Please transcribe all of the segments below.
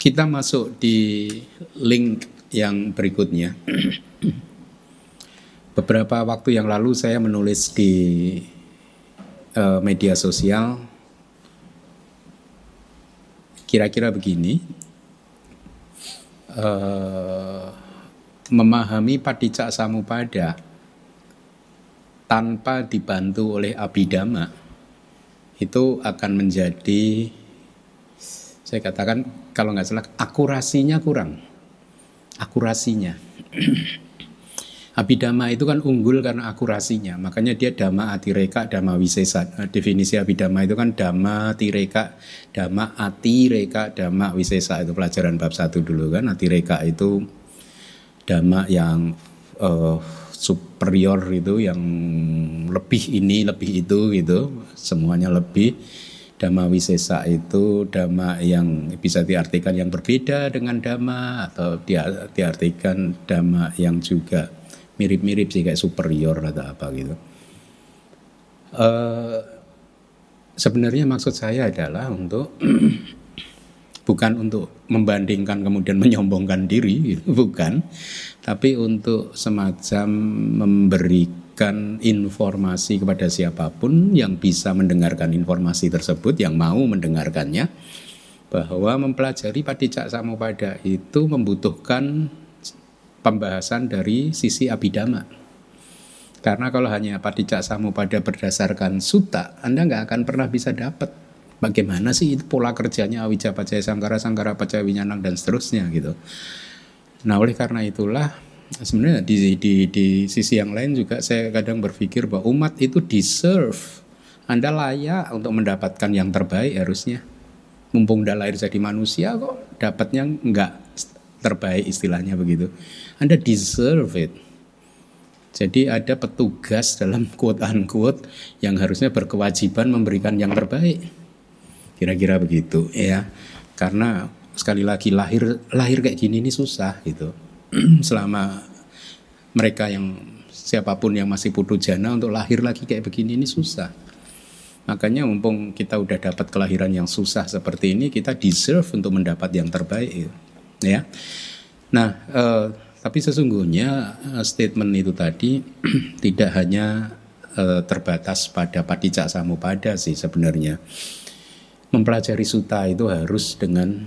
Kita masuk di link yang berikutnya. Beberapa waktu yang lalu saya menulis di media sosial kira-kira begini. Memahami Paticca Samuppada tanpa dibantu oleh Abhidhamma itu akan menjadi, saya katakan kalau nggak salah, akurasinya kurang. Akurasinya. Abhidhamma itu kan unggul karena akurasinya. Makanya dia Dhamma Atireka, Dhamma Wisesa. Definisi Abhidhamma itu kan Dhamma Tireka, Dhamma Atireka, Dhamma Wisesa. Itu pelajaran bab 1 dulu kan. Atireka itu Dhamma yang superior itu, yang lebih ini, lebih itu gitu. Semuanya lebih. Dhamma Wisesa itu Dhamma yang bisa diartikan yang berbeda dengan Dhamma, atau diartikan Dhamma yang juga mirip-mirip sih, kayak superior atau apa gitu. Sebenarnya maksud saya adalah untuk bukan untuk membandingkan kemudian menyombongkan diri gitu, bukan, tapi untuk semacam memberikan informasi kepada siapapun yang bisa mendengarkan informasi tersebut, yang mau mendengarkannya, bahwa mempelajari Paticca Samuppada itu membutuhkan pembahasan dari sisi Abhidhamma. Karena kalau hanya Paticca Samuppada berdasarkan sutta, Anda nggak akan pernah bisa dapat bagaimana sih itu pola kerjanya awicca pacaya sangkara, sangkara pacaya wiññāṇam, dan seterusnya gitu. Nah, oleh karena itulah sebenarnya di sisi yang lain juga saya kadang berpikir bahwa umat itu deserve, Anda layak untuk mendapatkan yang terbaik harusnya. Mumpung udah lahir jadi manusia kok dapatnya nggak terbaik, istilahnya begitu. Anda deserve it. Jadi ada petugas dalam quote unquote yang harusnya berkewajiban memberikan yang terbaik. Kira-kira begitu ya. Karena sekali lagi lahir kayak gini ini susah gitu. Selama mereka yang siapapun yang masih putu jana untuk lahir lagi kayak begini ini susah. Makanya mumpung kita udah dapat kelahiran yang susah seperti ini, kita deserve untuk mendapat yang terbaik ya. Nah, tapi sesungguhnya statement itu tadi tidak hanya terbatas pada Paticca Samuppada sih sebenarnya. Mempelajari sutta itu harus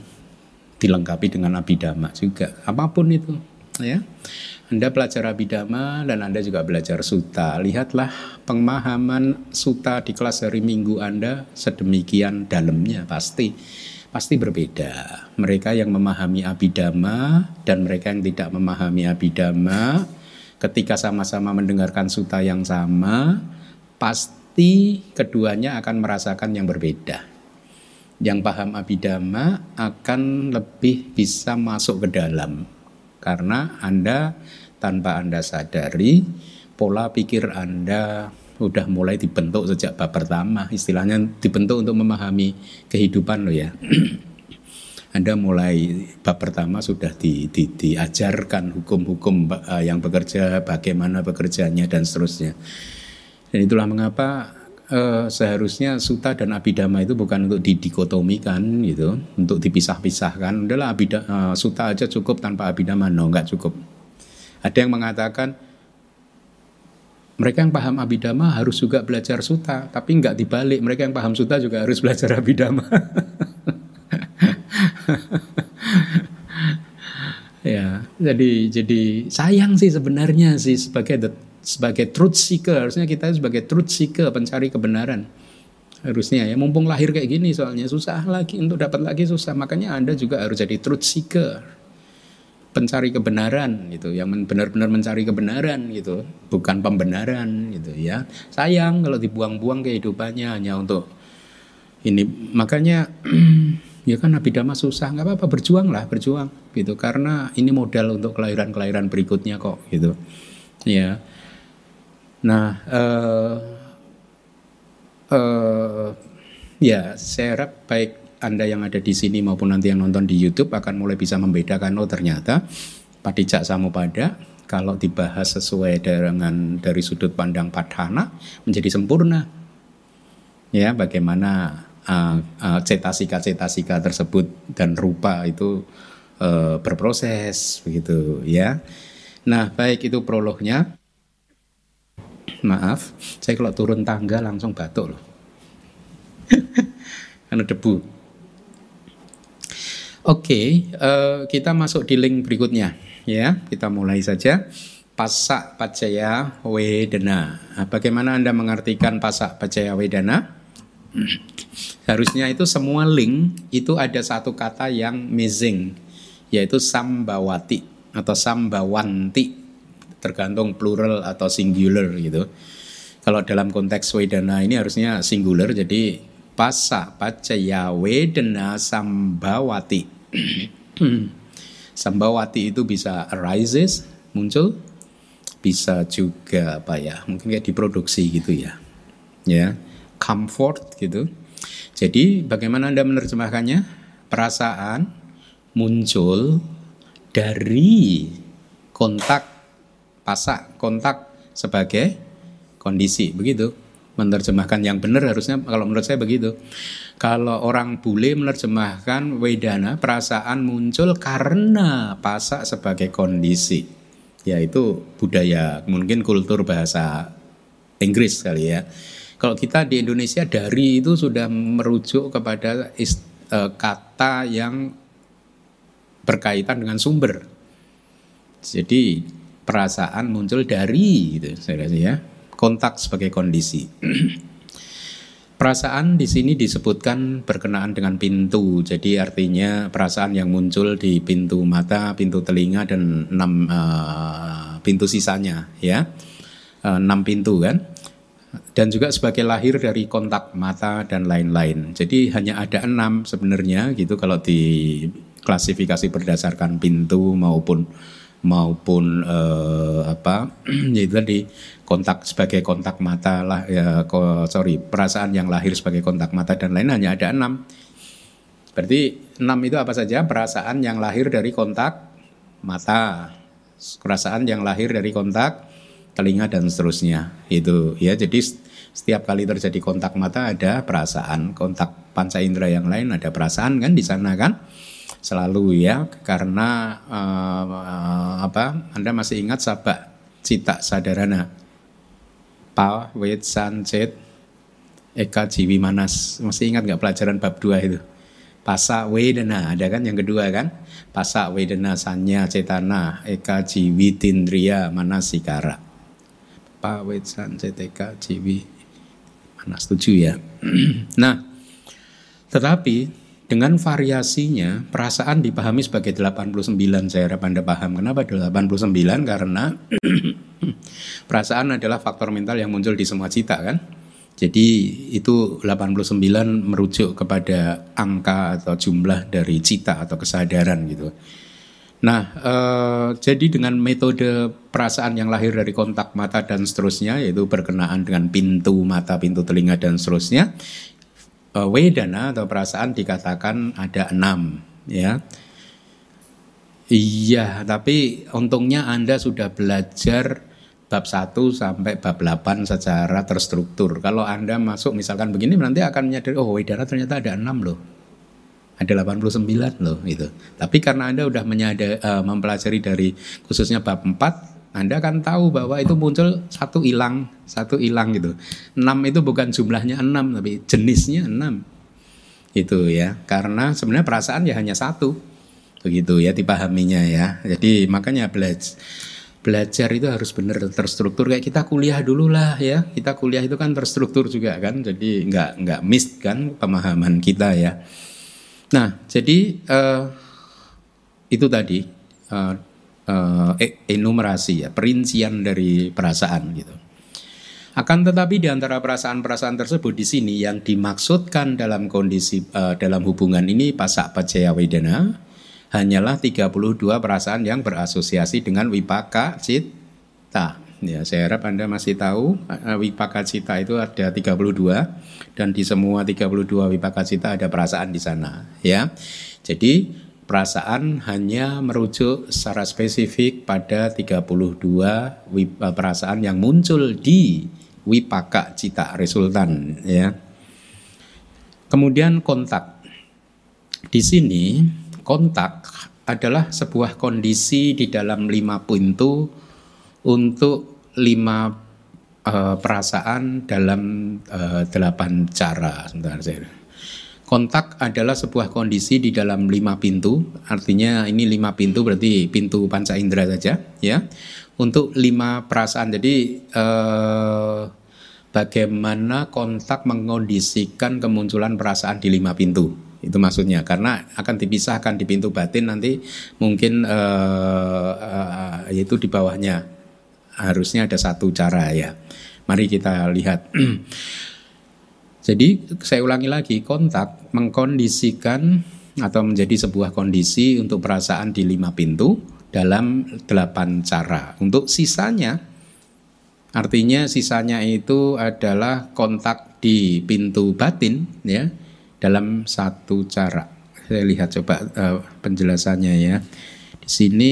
dilengkapi dengan Abhidhamma juga, apapun itu ya. Anda belajar Abhidhamma dan Anda juga belajar sutta. Lihatlah pemahaman sutta di kelas hari Minggu Anda sedemikian dalamnya, pasti berbeda. Mereka yang memahami Abhidhamma dan mereka yang tidak memahami Abhidhamma, ketika sama-sama mendengarkan sutta yang sama, pasti keduanya akan merasakan yang berbeda. Yang paham Abhidhamma akan lebih bisa masuk ke dalam, karena Anda tanpa Anda sadari, pola pikir Anda udah mulai dibentuk sejak bab pertama. Istilahnya dibentuk untuk memahami kehidupan loh ya. Anda mulai bab pertama sudah diajarkan hukum-hukum yang bekerja, bagaimana bekerjanya dan seterusnya. Dan itulah mengapa seharusnya sutta dan Abhidhamma itu bukan untuk didikotomikan gitu, untuk dipisah-pisahkan. Udahlah sutta aja cukup tanpa Abhidhamma. No, enggak cukup. Ada yang mengatakan mereka yang paham Abhidhamma harus juga belajar sutta, tapi enggak dibalik, mereka yang paham sutta juga harus belajar Abhidhamma. Ya, jadi sayang sih sebenarnya sih sebagai truth seeker, harusnya kita sebagai truth seeker, pencari kebenaran. Harusnya ya, mumpung lahir kayak gini soalnya susah lagi untuk dapat lagi susah. Makanya Anda juga harus jadi truth seeker, pencari kebenaran gitu, yang benar-benar mencari kebenaran gitu, bukan pembenaran gitu ya. Sayang kalau dibuang-buang kehidupannya hanya untuk ini. Makanya ya kan Abhidhamma susah, nggak apa-apa, berjuang gitu, karena ini modal untuk kelahiran berikutnya kok gitu ya. Nah ya saya harap baik Anda yang ada di sini maupun nanti yang nonton di YouTube akan mulai bisa membedakan, oh ternyata Paticca Samuppada kalau dibahas sesuai dengan dari sudut pandang Padhana menjadi sempurna. Ya, bagaimana cetasika-cetasika tersebut dan rupa itu berproses begitu ya. Nah, baik itu prolognya. Maaf, saya kalau turun tangga langsung batuk loh. Karena debu. Oke, kita masuk di link berikutnya ya. Kita mulai saja. Pasak Pacaya Wedana. Bagaimana Anda mengartikan pasak Pacaya Wedana? Harusnya itu semua link itu ada satu kata yang missing, yaitu sambawati atau sambawanti, tergantung plural atau singular gitu. Kalau dalam konteks Wedana ini harusnya singular, jadi Pasa Pacaya Wedana Sambawati. Sambawati itu bisa arises, muncul, bisa juga apa ya, mungkin kayak diproduksi gitu ya. Ya, comfort gitu. Jadi bagaimana Anda menerjemahkannya? Perasaan muncul dari kontak pasak, kontak sebagai kondisi, begitu. Menerjemahkan yang benar harusnya kalau menurut saya begitu. Kalau orang bule menerjemahkan Wedana, perasaan muncul karena pasak sebagai kondisi. Yaitu budaya, mungkin kultur bahasa Inggris kali ya. Kalau kita di Indonesia dari itu sudah merujuk kepada kata yang berkaitan dengan sumber. Jadi perasaan muncul dari gitu, saya rasa ya, kontak sebagai kondisi. Perasaan di sini disebutkan berkenaan dengan pintu, jadi artinya perasaan yang muncul di pintu mata, pintu telinga dan 6 pintu sisanya, ya, 6 pintu kan, dan juga sebagai lahir dari kontak mata dan lain-lain. Jadi hanya ada 6 sebenarnya gitu kalau diklasifikasi berdasarkan pintu maupun yaitu tadi kontak sebagai kontak mata lah ya, perasaan yang lahir sebagai kontak mata dan lain hanya ada 6. Berarti 6 itu apa saja? Perasaan yang lahir dari kontak mata, perasaan yang lahir dari kontak telinga dan seterusnya itu ya. Jadi setiap kali terjadi kontak mata ada perasaan, kontak panca indera yang lain ada perasaan kan di sana kan? Selalu ya, karena Anda masih ingat sabak cita sadarana pa wet sancet eka jiwi manas, masih ingat nggak pelajaran bab 2 itu? Pasa wedana ada kan yang kedua kan, pasa wedana sanya cetana eka jiwi tindriya manasikara, pa wet sancet eka jiwi manas, 7 ya. Nah, tetapi dengan variasinya, perasaan dipahami sebagai 89, saya harap Anda paham. Kenapa 89? Karena perasaan adalah faktor mental yang muncul di semua cita kan. Jadi itu 89 merujuk kepada angka atau jumlah dari cita atau kesadaran gitu. Nah, jadi dengan metode perasaan yang lahir dari kontak mata dan seterusnya, yaitu berkenaan dengan pintu mata, pintu telinga dan seterusnya, Wedana atau perasaan dikatakan ada 6 ya. Iya, tapi untungnya Anda sudah belajar bab 1 sampai bab 8 secara terstruktur. Kalau Anda masuk misalkan begini nanti akan menyadari, oh Wedana ternyata ada 6 loh. Ada 89 loh itu. Tapi karena Anda udah mempelajari dari khususnya bab 4, Anda kan tahu bahwa itu muncul satu hilang gitu. 6 itu bukan jumlahnya 6 tapi jenisnya 6. Itu ya. Karena sebenarnya perasaan ya hanya satu. Begitu ya dipahaminya ya. Jadi makanya belajar itu harus benar terstruktur, kayak kita kuliah dulu lah ya. Kita kuliah itu kan terstruktur juga kan. Jadi enggak miss kan pemahaman kita ya. Nah, jadi itu tadi enumerasi ya, perincian dari perasaan gitu. Akan tetapi di antara perasaan-perasaan tersebut di sini yang dimaksudkan dalam kondisi dalam hubungan ini pasak pacaya wedana hanyalah 32 perasaan yang berasosiasi dengan wipaka cita. Ya, saya harap Anda masih tahu wipaka cita itu ada 32 dan di semua 32 wipaka cita ada perasaan di sana ya. Jadi perasaan hanya merujuk secara spesifik pada 32 perasaan yang muncul di wipaka cita resultan ya. Kemudian kontak. Di sini kontak adalah sebuah kondisi di dalam 5 pintu untuk 5 perasaan dalam 8 cara. Sebentar saya. Kontak adalah sebuah kondisi di dalam 5 pintu. Artinya ini 5 pintu berarti pintu panca indera saja, ya. Untuk 5 perasaan. Jadi bagaimana kontak mengkondisikan kemunculan perasaan di 5 pintu. Itu maksudnya, karena akan dipisahkan di pintu batin nanti mungkin yaitu di bawahnya. Harusnya ada 1 cara ya. Mari kita lihat. Jadi saya ulangi lagi, kontak mengkondisikan atau menjadi sebuah kondisi untuk perasaan di 5 pintu dalam 8 cara. Untuk sisanya, artinya sisanya itu adalah kontak di pintu batin ya, dalam 1 cara. Saya lihat coba penjelasannya ya. Di sini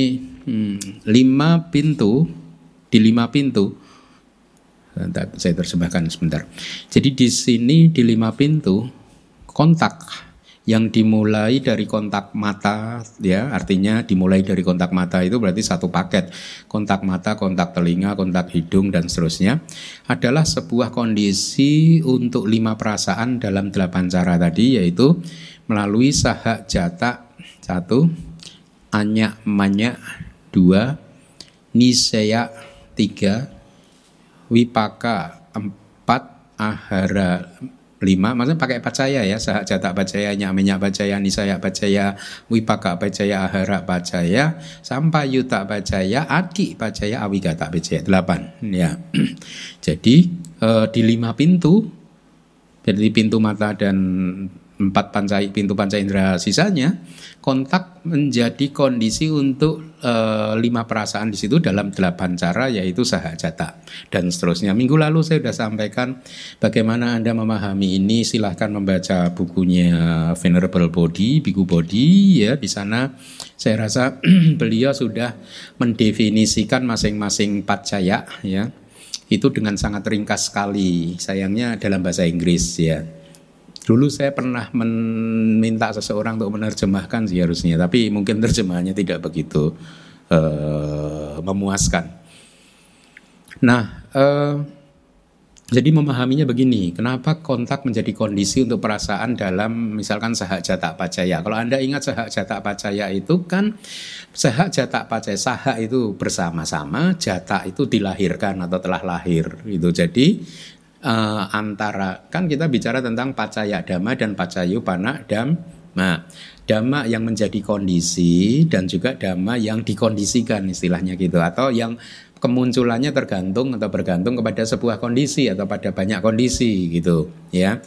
5 pintu. Di 5 pintu, saya terjemahkan sebentar. Jadi di sini di 5 pintu, kontak yang dimulai dari kontak mata, ya artinya dimulai dari kontak mata itu berarti 1 paket. Kontak mata, kontak telinga, kontak hidung dan seterusnya adalah sebuah kondisi untuk 5 perasaan dalam 8 cara tadi, yaitu melalui saha jata 1, anya manya 2, nisaya 3, wipaka 4, ahara 5. Maksudnya pakai pacaya ya, saha jata pacaya, nyamenya pacaya, nisaya pacaya, wipaka pacaya, ahara pacaya, sampayuta pacaya, adi pacaya, awigata pacaya. 8 ya. Jadi di 5 pintu, jadi pintu mata dan 4 pintu panca indera sisanya, kontak menjadi kondisi untuk 5 perasaan di situ dalam 8 cara, yaitu saha jata dan seterusnya. Minggu lalu saya sudah sampaikan bagaimana Anda memahami ini. Silahkan membaca bukunya Venerable Bodhi, Bhikkhu Bodhi ya. Di sana saya rasa beliau sudah mendefinisikan masing-masing pacaya ya. Itu dengan sangat ringkas sekali. Sayangnya dalam bahasa Inggris ya. Dulu saya pernah meminta seseorang untuk menerjemahkan sih harusnya, tapi mungkin terjemahannya tidak begitu memuaskan. Nah, jadi memahaminya begini, kenapa kontak menjadi kondisi untuk perasaan dalam misalkan saha jata pacaya. Kalau Anda ingat saha jata pacaya itu kan, saha jata pacaya, saha itu bersama-sama, jata itu dilahirkan atau telah lahir gitu. Jadi antara, kan kita bicara tentang pacaya dhamma dan pacayupana dhamma. Dhamma yang menjadi kondisi dan juga dhamma yang dikondisikan istilahnya gitu, atau yang kemunculannya tergantung atau bergantung kepada sebuah kondisi atau pada banyak kondisi gitu ya.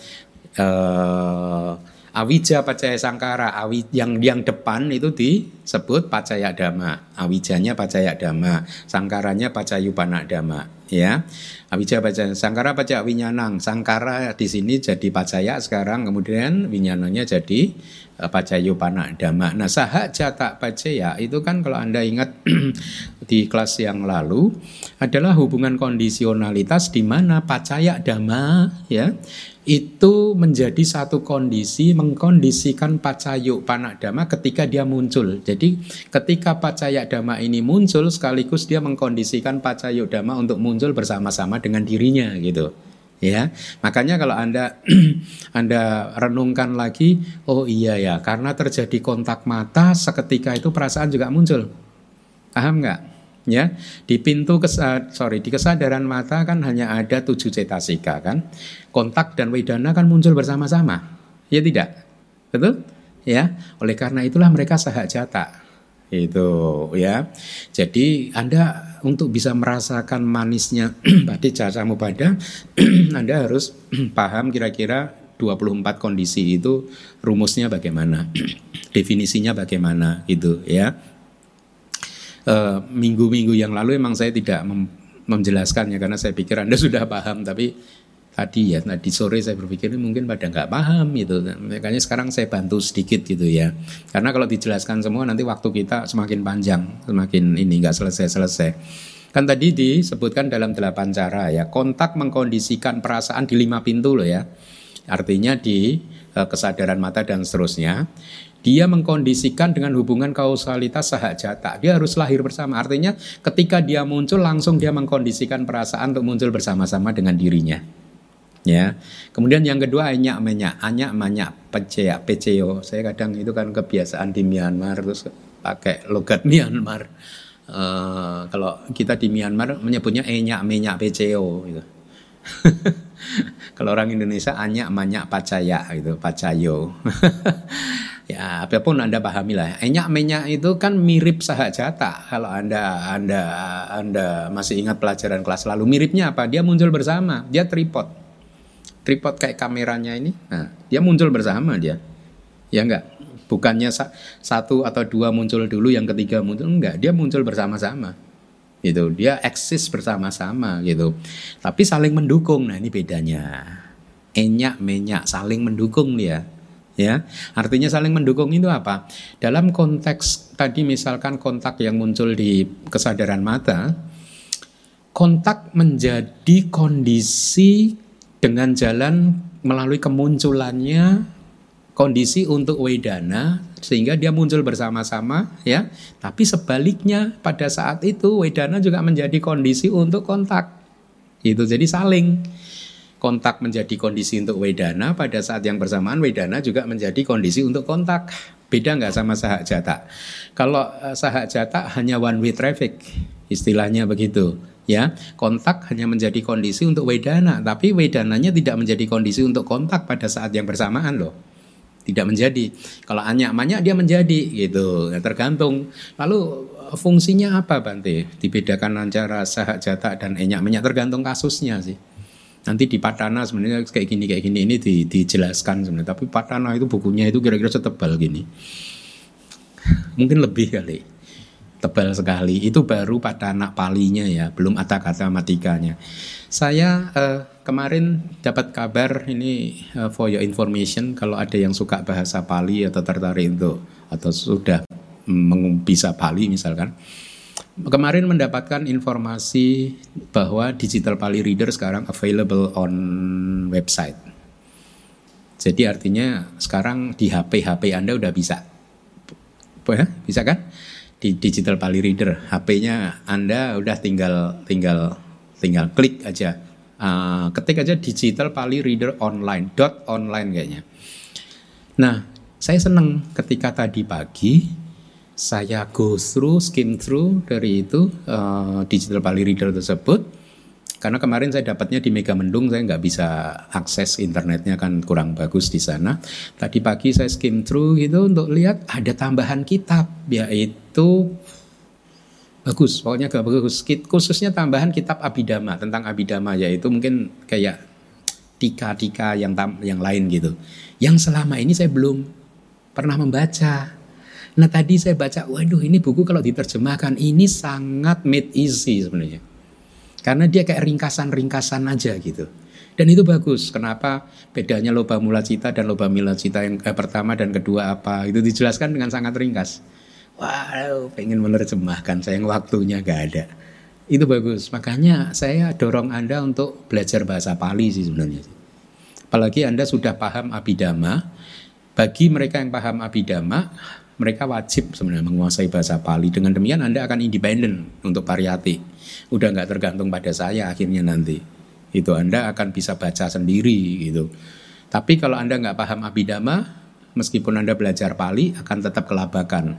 Awija pacaya sangkara, yang depan itu disebut pacaya dhamma, awijanya pacaya dhamma, sangkaranya pacayupana dhamma ya. Awija pacaya sangkara pacaya winyanang, sangkara di sini jadi pacaya sekarang, kemudian winyananya jadi pacayupana dhamma. Nah, saha jata pacaya itu kan kalau Anda ingat di kelas yang lalu adalah hubungan kondisionalitas di mana pacaya dhamma ya itu menjadi satu kondisi mengkondisikan pacayupana dhamma ketika dia muncul. Jadi ketika pacaya dhamma ini muncul sekaligus dia mengkondisikan pacayuk dhamma untuk muncul bersama-sama dengan dirinya gitu. Ya, makanya kalau Anda renungkan lagi, oh iya ya, karena terjadi kontak mata seketika itu perasaan juga muncul. Paham nggak? Ya, di di kesadaran mata kan hanya ada 7 cetasika kan. Kontak dan wedana kan muncul bersama-sama. Ya tidak? Betul? Ya, oleh karena itulah mereka saha jata. Itu ya. Jadi Anda untuk bisa merasakan manisnya paticca samuppada Anda harus paham kira-kira 24 kondisi itu rumusnya bagaimana, definisinya bagaimana gitu ya. Minggu-minggu yang lalu emang saya tidak menjelaskannya karena saya pikir Anda sudah paham, tapi tadi sore saya berpikir mungkin pada nggak paham gitu. Makanya sekarang saya bantu sedikit gitu ya. Karena kalau dijelaskan semua nanti waktu kita semakin panjang, semakin ini nggak selesai-selesai. Kan tadi disebutkan dalam 8 cara ya, kontak mengkondisikan perasaan di 5 pintu loh ya. artinya di kesadaran mata dan seterusnya, dia mengkondisikan dengan hubungan kausalitas sahajata. Dia harus lahir bersama. Artinya ketika dia muncul langsung dia mengkondisikan perasaan untuk muncul bersama-sama dengan dirinya. Ya. Kemudian yang kedua anyak manyak peceo. Saya kadang itu kan kebiasaan di Myanmar terus pakai logat Myanmar. Kalau kita di Myanmar menyebutnya enyak peceo gitu. Kalau orang Indonesia anyak manyak pacaya gitu, pacayo. Ya, apapun Anda pahami lah. Enyak menyak itu kan mirip sahajata. Kalau Anda masih ingat pelajaran kelas lalu, miripnya apa? Dia muncul bersama, dia tripod kayak kameranya ini. Nah, dia muncul bersama dia. Ya enggak? Bukannya satu atau dua muncul dulu, yang ketiga muncul, enggak. Dia muncul bersama-sama. Gitu, dia eksis bersama-sama gitu. Tapi saling mendukung. Nah, ini bedanya. Enyak menyak saling mendukung dia. Ya, artinya saling mendukung itu apa? Dalam konteks tadi misalkan kontak yang muncul di kesadaran mata, kontak menjadi kondisi dengan jalan melalui kemunculannya kondisi untuk wedana sehingga dia muncul bersama-sama ya. Tapi sebaliknya pada saat itu wedana juga menjadi kondisi untuk kontak. Itu jadi saling. Kontak menjadi kondisi untuk wedana, pada saat yang bersamaan wedana juga menjadi kondisi untuk kontak. Beda nggak sama sahajata? Kalau sahajata hanya one way traffic, istilahnya begitu. Ya, kontak hanya menjadi kondisi untuk wedana, tapi wedananya tidak menjadi kondisi untuk kontak pada saat yang bersamaan loh. Tidak menjadi. Kalau anyak-manyak dia menjadi gitu. Ya, tergantung. Lalu fungsinya apa Bante? Dibedakan antara sahajata dan enyak-menyak tergantung kasusnya sih. Nanti di Patana sebenarnya kayak gini ini dijelaskan sebenarnya. Tapi Patana itu bukunya itu kira-kira setebal gini. Mungkin lebih kali. Tebal sekali. Itu baru Patana Palinya ya, belum kata-kata matikanya. Saya kemarin dapat kabar ini for your information, kalau ada yang suka bahasa Pali atau tertarik untuk atau sudah bisa Pali misalkan. Kemarin mendapatkan informasi bahwa digital Pali Reader sekarang available on website. Jadi artinya sekarang di HP Anda udah bisa. Bisa kan? Di digital Pali Reader, HP-nya Anda udah tinggal klik aja. Ketik aja digital Pali Reader online kayaknya. Nah, saya senang ketika tadi pagi saya skim through dari itu digital Pali Reader tersebut, karena kemarin saya dapatnya di Megamendung, saya nggak bisa akses internetnya kan kurang bagus di sana. Tadi pagi saya skim through gitu untuk lihat ada tambahan kitab, yaitu bagus, pokoknya gak bagus. Khususnya tambahan kitab Abhidhamma, tentang Abhidhamma, yaitu mungkin kayak tika yang lain gitu. Yang selama ini saya belum pernah membaca. Nah tadi saya baca, waduh ini buku kalau diterjemahkan ini sangat made easy sebenarnya. Karena dia kayak ringkasan-ringkasan aja gitu. Dan itu bagus. Kenapa bedanya loba mula cita dan loba mila cita yang pertama dan kedua apa? Itu dijelaskan dengan sangat ringkas. Wow, pengen menerjemahkan, sayang waktunya gak ada. Itu bagus. Makanya saya dorong Anda untuk belajar bahasa Pali sih sebenarnya. Apalagi Anda sudah paham Abhidhamma. Bagi mereka yang paham Abhidhamma, mereka wajib sebenarnya menguasai bahasa Pali. Dengan demikian Anda akan independen untuk pariyati. Udah gak tergantung pada saya akhirnya nanti. Itu Anda akan bisa baca sendiri gitu. Tapi kalau Anda gak paham Abhidhamma, meskipun Anda belajar Pali akan tetap kelabakan.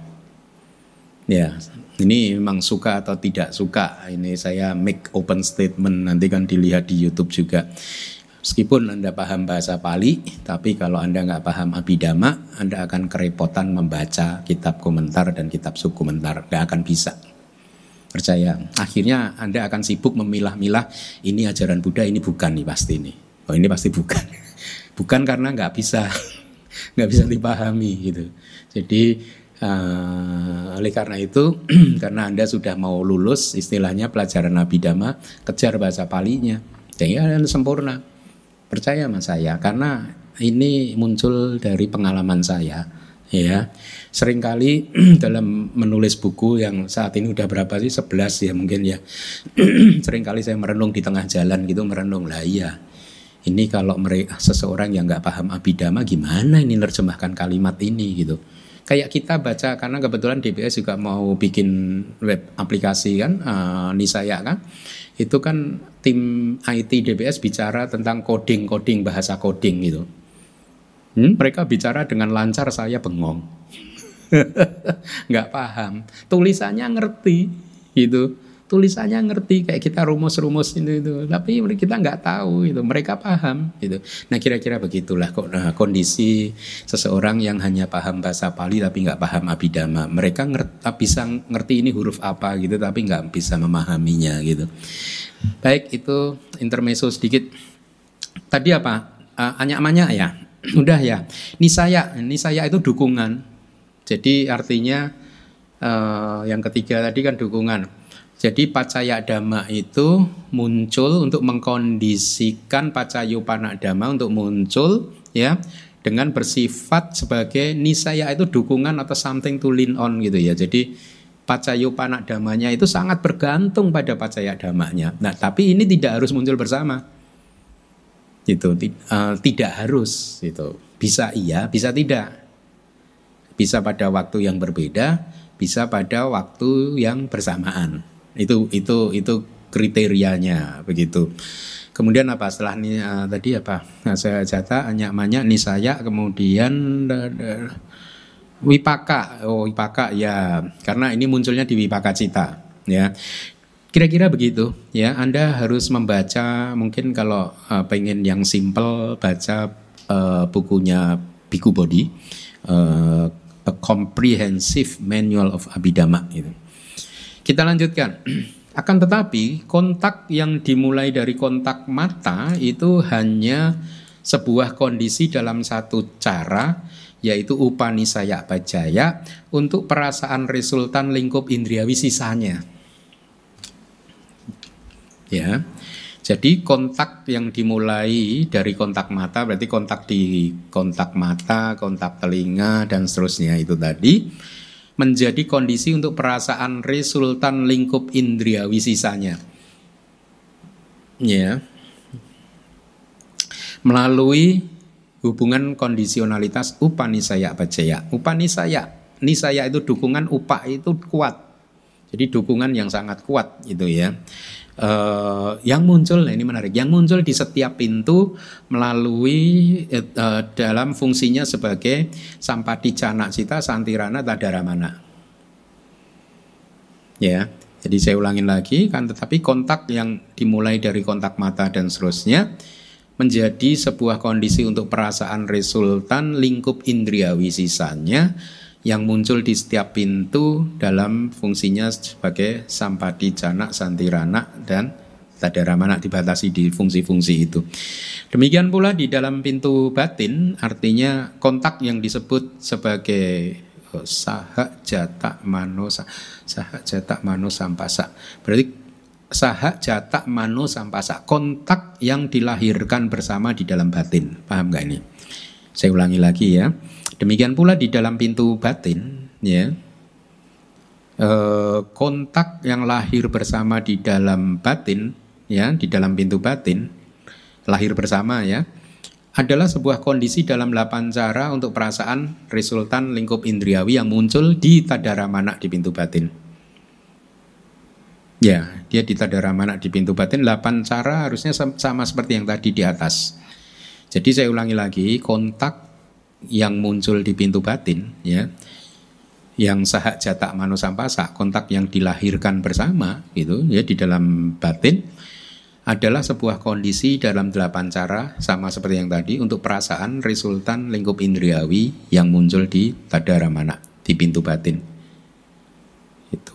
Ya, ini memang suka atau tidak suka. Ini saya make open statement, nanti kan dilihat di YouTube juga. Meskipun Anda paham bahasa Pali, tapi kalau Anda nggak paham Abhidhamma, Anda akan kerepotan membaca kitab komentar dan kitab subkomentar. Nggak akan bisa. Percaya. Akhirnya Anda akan sibuk memilah-milah, ini ajaran Buddha, ini bukan nih pasti nih. Oh ini pasti bukan. Bukan karena nggak bisa dipahami gitu. Jadi oleh karena itu, karena Anda sudah mau lulus istilahnya pelajaran Abhidhamma, kejar bahasa Palinya, jadi Anda sempurna. Percaya sama saya, karena ini muncul dari pengalaman saya. Ya, seringkali dalam menulis buku yang saat ini udah berapa sih, 11 ya mungkin ya. Seringkali saya merenung di tengah jalan gitu, merenung lah iya. Ini kalau mereka seseorang yang nggak paham Abhidhamma gimana ini nerjemahkan kalimat ini gitu. Kayak kita baca, karena kebetulan DBS juga mau bikin web aplikasi kan, Nisaya kan. Itu kan tim IT DBS bicara tentang coding bahasa coding gitu. Mereka bicara dengan lancar, saya bengong. Nggak paham. Tulisannya ngerti gitu. Tulisannya ngerti kayak kita rumus-rumus itu. Tapi kita nggak tahu itu. Mereka paham gitu. Nah kira-kira begitulah kondisi seseorang yang hanya paham bahasa Pali tapi nggak paham Abhidhamma. Mereka bisa ngerti ini huruf apa gitu tapi nggak bisa memahaminya gitu. Baik, itu intermezzo sedikit. Tadi apa? Anyak-manyak ya. Udah ya. Nisaya itu dukungan. Jadi artinya yang ketiga tadi kan dukungan. Jadi pacaya dhamma itu muncul untuk mengkondisikan pacayupana dhamma untuk muncul ya dengan bersifat sebagai nisaya itu dukungan atau something to lean on gitu ya. Jadi pacayupana dhammanya itu sangat bergantung pada pacaya dhammanya. Nah, tapi ini tidak harus muncul bersama. Gitu, tidak harus gitu. Bisa iya, bisa tidak. Bisa pada waktu yang berbeda, bisa pada waktu yang bersamaan. Itu kriterianya begitu. Kemudian apa setelah ini tadi apa? Saya jata anyak-manyak nisaya, kemudian wipaka. Oh, wipaka ya, karena ini munculnya di wipaka cita ya. Kira-kira begitu ya. Anda harus membaca, mungkin kalau pengen yang simple baca bukunya Bhikkhu Bodhi, A Comprehensive Manual of Abhidhamma gitu. Kita lanjutkan. Akan tetapi kontak yang dimulai dari kontak mata itu hanya sebuah kondisi dalam satu cara, yaitu upanisaya bajaya untuk perasaan resultan lingkup indriawi sisanya. Ya. Jadi kontak yang dimulai dari kontak mata berarti kontak di kontak mata, kontak telinga dan seterusnya itu tadi menjadi kondisi untuk perasaan resultan lingkup indriawi sisanya. Ya. Melalui hubungan kondisionalitas upanisaya bajaya. Nisaya itu dukungan, upa itu kuat. Jadi dukungan yang sangat kuat gitu ya. Yang muncul, nah ini menarik, yang muncul di setiap pintu melalui dalam fungsinya sebagai sampadiccana cita, santirana, tadaramana. Ya, jadi saya ulangin lagi kan, tetapi kontak yang dimulai dari kontak mata dan seterusnya menjadi sebuah kondisi untuk perasaan resultan lingkup indriawi sisanya yang muncul di setiap pintu dalam fungsinya sebagai sampadiccana, santirana, dan tadaramana, dibatasi di fungsi-fungsi itu. Demikian pula di dalam pintu batin, artinya kontak yang disebut sebagai saha jata mano sampasa. Berarti saha jata mano sampasa, kontak yang dilahirkan bersama di dalam batin. Paham gak ini? Saya ulangi lagi ya. Demikian pula di dalam pintu batin, ya, kontak yang lahir bersama di dalam batin, ya, di dalam pintu batin, lahir bersama, ya, adalah sebuah kondisi dalam 8 cara untuk perasaan resultan lingkup indriawi yang muncul di tadaramana di pintu batin. Ya, dia di tadaramana di pintu batin 8 cara harusnya sama seperti yang tadi di atas. Jadi saya ulangi lagi, kontak yang muncul di pintu batin, ya, yang saha jata mano sampasa, kontak yang dilahirkan bersama gitu ya di dalam batin adalah sebuah kondisi dalam 8 cara sama seperti yang tadi untuk perasaan resultan lingkup indriawi yang muncul di tadaramana di pintu batin itu.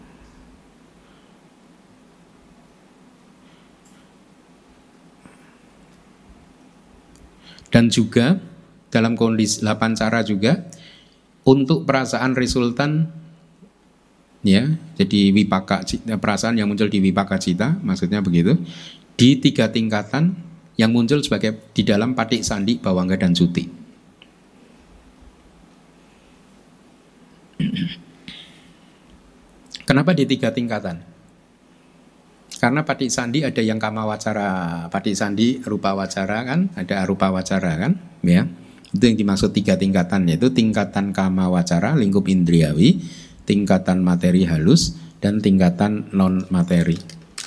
Dan juga dalam kondisi 8 cara juga untuk perasaan resultan, ya, jadi wipaka, perasaan yang muncul di wipaka cita, maksudnya begitu, di 3 tingkatan yang muncul sebagai di dalam patik sandi, bawangga dan cuti. Kenapa di 3 tingkatan? Karena patik sandi ada yang kama wacara, patik sandi rupa wacara kan, ada arupa wacara kan, ya. Itu yang dimaksud 3 tingkatan, yaitu tingkatan kama wacara, lingkup indriawi, tingkatan materi halus, dan tingkatan non materi.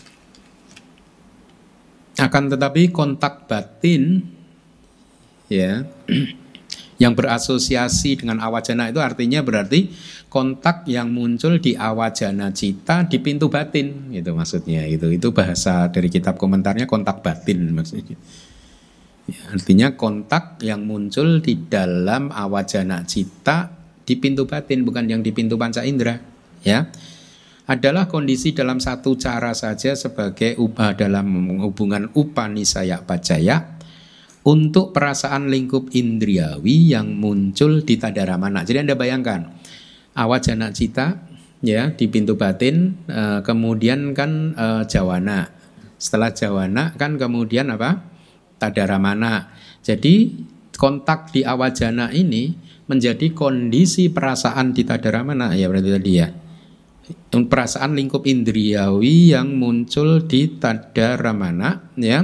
Akan tetapi kontak batin, ya, yang berasosiasi dengan awajana itu artinya berarti kontak yang muncul di awajana cita di pintu batin, gitu maksudnya. Itu bahasa dari kitab komentarnya kontak batin maksudnya. Ya, artinya kontak yang muncul di dalam awajana cita di pintu batin, bukan yang di pintu panca indera, ya. Adalah kondisi dalam satu cara saja sebagai dalam hubungan upanisaya pacaya untuk perasaan lingkup indriawi yang muncul di tadaramana. Jadi Anda bayangkan awajana cita, ya, di pintu batin, kemudian kan jawana. Setelah jawana kan kemudian apa? Tadaramana. Jadi kontak di awajana ini menjadi kondisi perasaan di tadaramana, ya berarti tadi ya. Perasaan lingkup indriawi yang muncul di tadaramana, ya.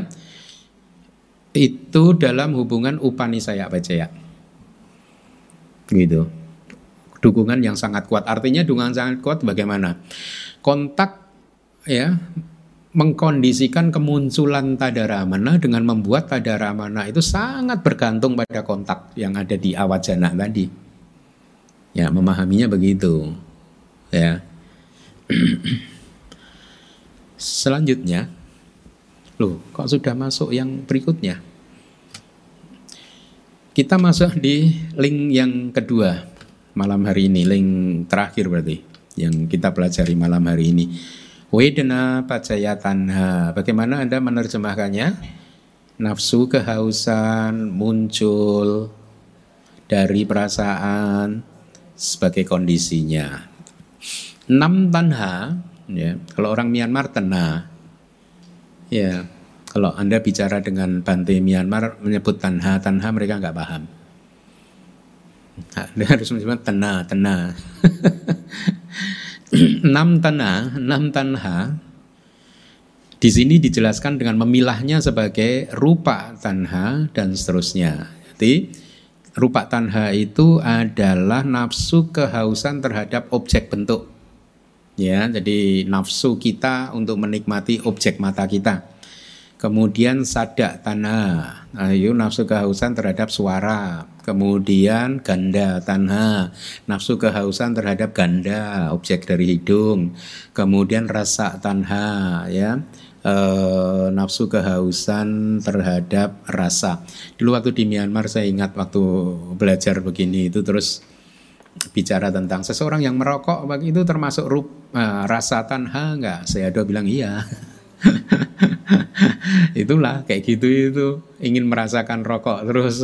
Itu dalam hubungan upanisaya pacaya. Gitu. Dukungan yang sangat kuat. Artinya dukungan sangat kuat bagaimana? Kontak, ya, mengkondisikan kemunculan tadaramana dengan membuat tadaramana itu sangat bergantung pada kontak yang ada di awajana tadi. Ya, memahaminya begitu. Ya. Selanjutnya, loh, kok sudah masuk yang berikutnya? Kita masuk di link yang kedua malam hari ini, link terakhir berarti yang kita pelajari malam hari ini. Wedana pacaya tanha. Bagaimana Anda menerjemahkannya? Nafsu kehausan muncul dari perasaan sebagai kondisinya. 6 tanha, ya, kalau orang Myanmar tenah. Ya, kalau Anda bicara dengan Bante Myanmar menyebut tanha mereka nggak paham. Anda harus menyebut tenah. 6 tanha di sini dijelaskan dengan memilahnya sebagai rupa tanha dan seterusnya. Jadi rupa tanha itu adalah nafsu kehausan terhadap objek bentuk. Ya, jadi nafsu kita untuk menikmati objek mata kita. Kemudian sadak tanha, ayo nafsu kehausan terhadap suara. Kemudian ganda tanha, nafsu kehausan terhadap ganda, objek dari hidung. Kemudian rasa tanha, ya, nafsu kehausan terhadap rasa. Dulu waktu di Myanmar saya ingat waktu belajar begini itu terus bicara tentang seseorang yang merokok, itu termasuk rasa tanha enggak? Saya bilang iya. Itulah kayak gitu, itu ingin merasakan rokok terus.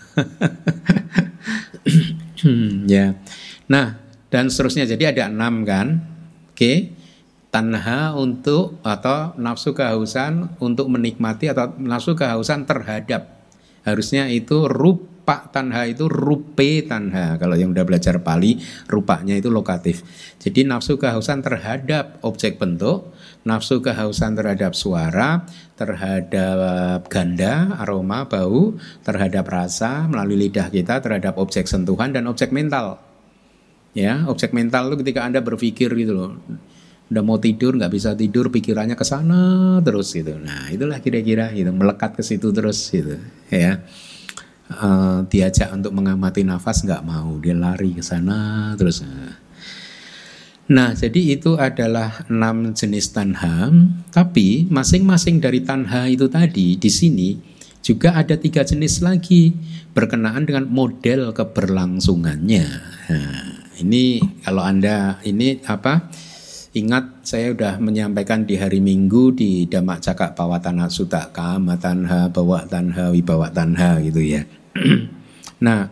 Ya. Nah, dan seterusnya. Jadi ada 6 kan? Oke. Tanha untuk atau nafsu kehausan untuk menikmati atau nafsu kehausan terhadap. Harusnya itu rupa tanha itu rupe tanha. Kalau yang udah belajar Pali, rupanya itu lokatif. Jadi nafsu kehausan terhadap objek bentuk, nafsu kehausan terhadap suara, terhadap ganda, aroma, bau, terhadap rasa melalui lidah kita, terhadap objek sentuhan dan objek mental. Ya, objek mental itu ketika Anda berpikir gitu loh. Udah mau tidur nggak bisa tidur, pikirannya ke sana terus gitu. Nah, itulah kira-kira gitu, melekat ke situ terus gitu, ya. Diajak untuk mengamati nafas nggak mau, dia lari ke sana terus. Nah, jadi itu adalah 6 jenis tanha. Tapi masing-masing dari tanha itu tadi di sini juga ada 3 jenis lagi berkenaan dengan model keberlangsungannya. Nah, ini kalau Anda ini apa? Ingat saya sudah menyampaikan di hari Minggu di Dhamma Cakak Pawatana Sutta, Kama tanha, bawa tanha, wibawa tanha gitu ya. Nah,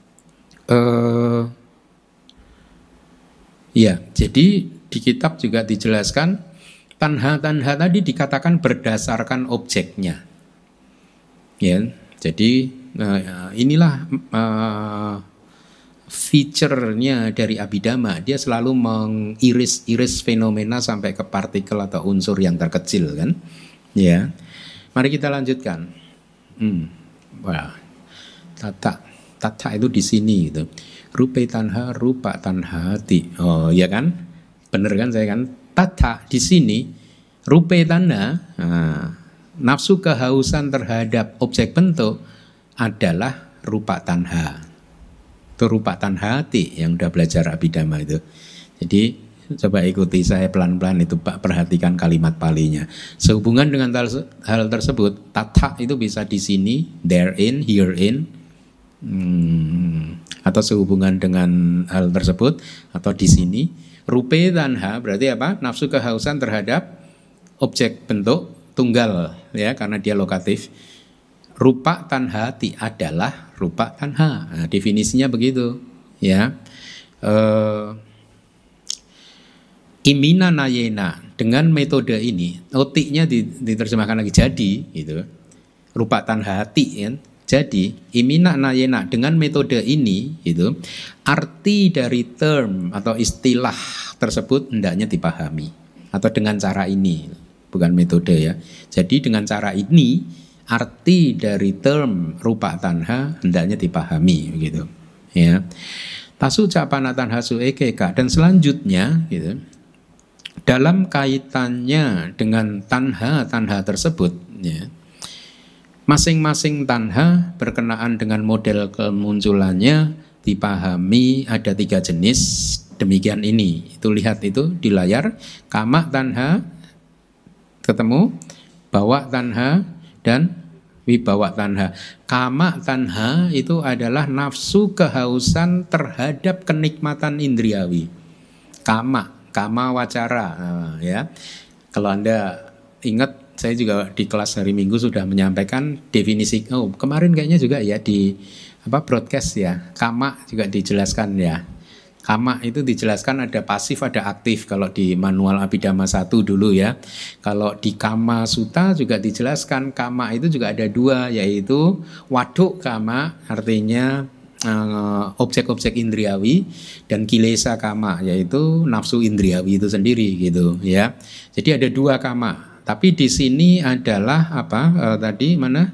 ya, jadi di kitab juga dijelaskan tanha-tanha tadi dikatakan berdasarkan objeknya. Ya, jadi inilah feature-nya dari Abhidhamma, dia selalu mengiris-iris fenomena sampai ke partikel atau unsur yang terkecil kan. Ya. Mari kita lanjutkan. Wah. Tata itu di sini gitu. Rupa tanha, rupa tanhati. Oh, ya kan? Bener kan saya kan? Tata di sini rupa tanha, nafsu kehausan terhadap objek bentuk adalah rupa tanha. Itu rupa tanhati yang udah belajar Abhidhamma itu. Jadi coba ikuti saya pelan-pelan itu Pak, perhatikan kalimat palinya. Sehubungan dengan hal tersebut, tata itu bisa di sini, therein, herein, atau sehubungan dengan hal tersebut, atau di sini. Rupe tanha berarti apa? Nafsu kehausan terhadap objek bentuk tunggal, ya, karena dia lokatif. Rupa tanhati adalah rupa tanha. Nah, definisinya begitu, ya. Imina nayena, dengan metode ini, otiknya diterjemahkan lagi jadi, gitu. Rupa tanhati, kan? Jadi imina nayena, dengan metode ini, gitu, arti dari term atau istilah tersebut hendaknya dipahami, atau dengan cara ini, bukan metode ya. Jadi dengan cara ini, arti dari term rupa tanha hendaknya dipahami, begitu. Ya. Tasu capana tanha suekeka, dan selanjutnya, gitu, dalam kaitannya dengan tanha tersebut, ya, masing-masing tanha berkenaan dengan model kemunculannya dipahami ada 3 jenis demikian ini. Itu lihat itu di layar, kama tanha ketemu, bawa tanha dan wibawa tanha. Kama tanha itu adalah nafsu kehausan terhadap kenikmatan indriawi. Kama wacara, ya. Kalau Anda ingat, saya juga di kelas hari Minggu sudah menyampaikan definisi. Oh, kemarin kayaknya juga ya di broadcast ya. Kama juga dijelaskan ya. Kama itu dijelaskan ada pasif, ada aktif. Kalau di manual Abhidhamma 1 dulu ya. Kalau di Kama Sutta juga dijelaskan kama itu juga ada 2, yaitu waduk kama, artinya objek-objek indriawi, dan kilesa kama, yaitu nafsu indriawi itu sendiri gitu ya. Jadi ada 2 kama. Tapi di sini adalah tadi mana?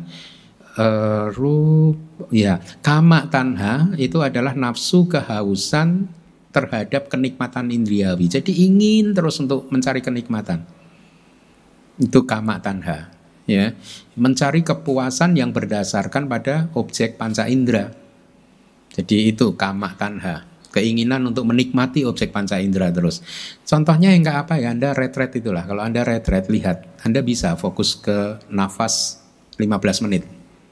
Kama tanha itu adalah nafsu kehausan terhadap kenikmatan indriawi. Jadi ingin terus untuk mencari kenikmatan. Itu kama tanha, ya. Mencari kepuasan yang berdasarkan pada objek panca indera. Jadi itu kama tanha, keinginan untuk menikmati objek panca indera terus. Contohnya yang enggak ya, Anda retret itulah. Kalau Anda retret, lihat, Anda bisa fokus ke nafas 15 menit.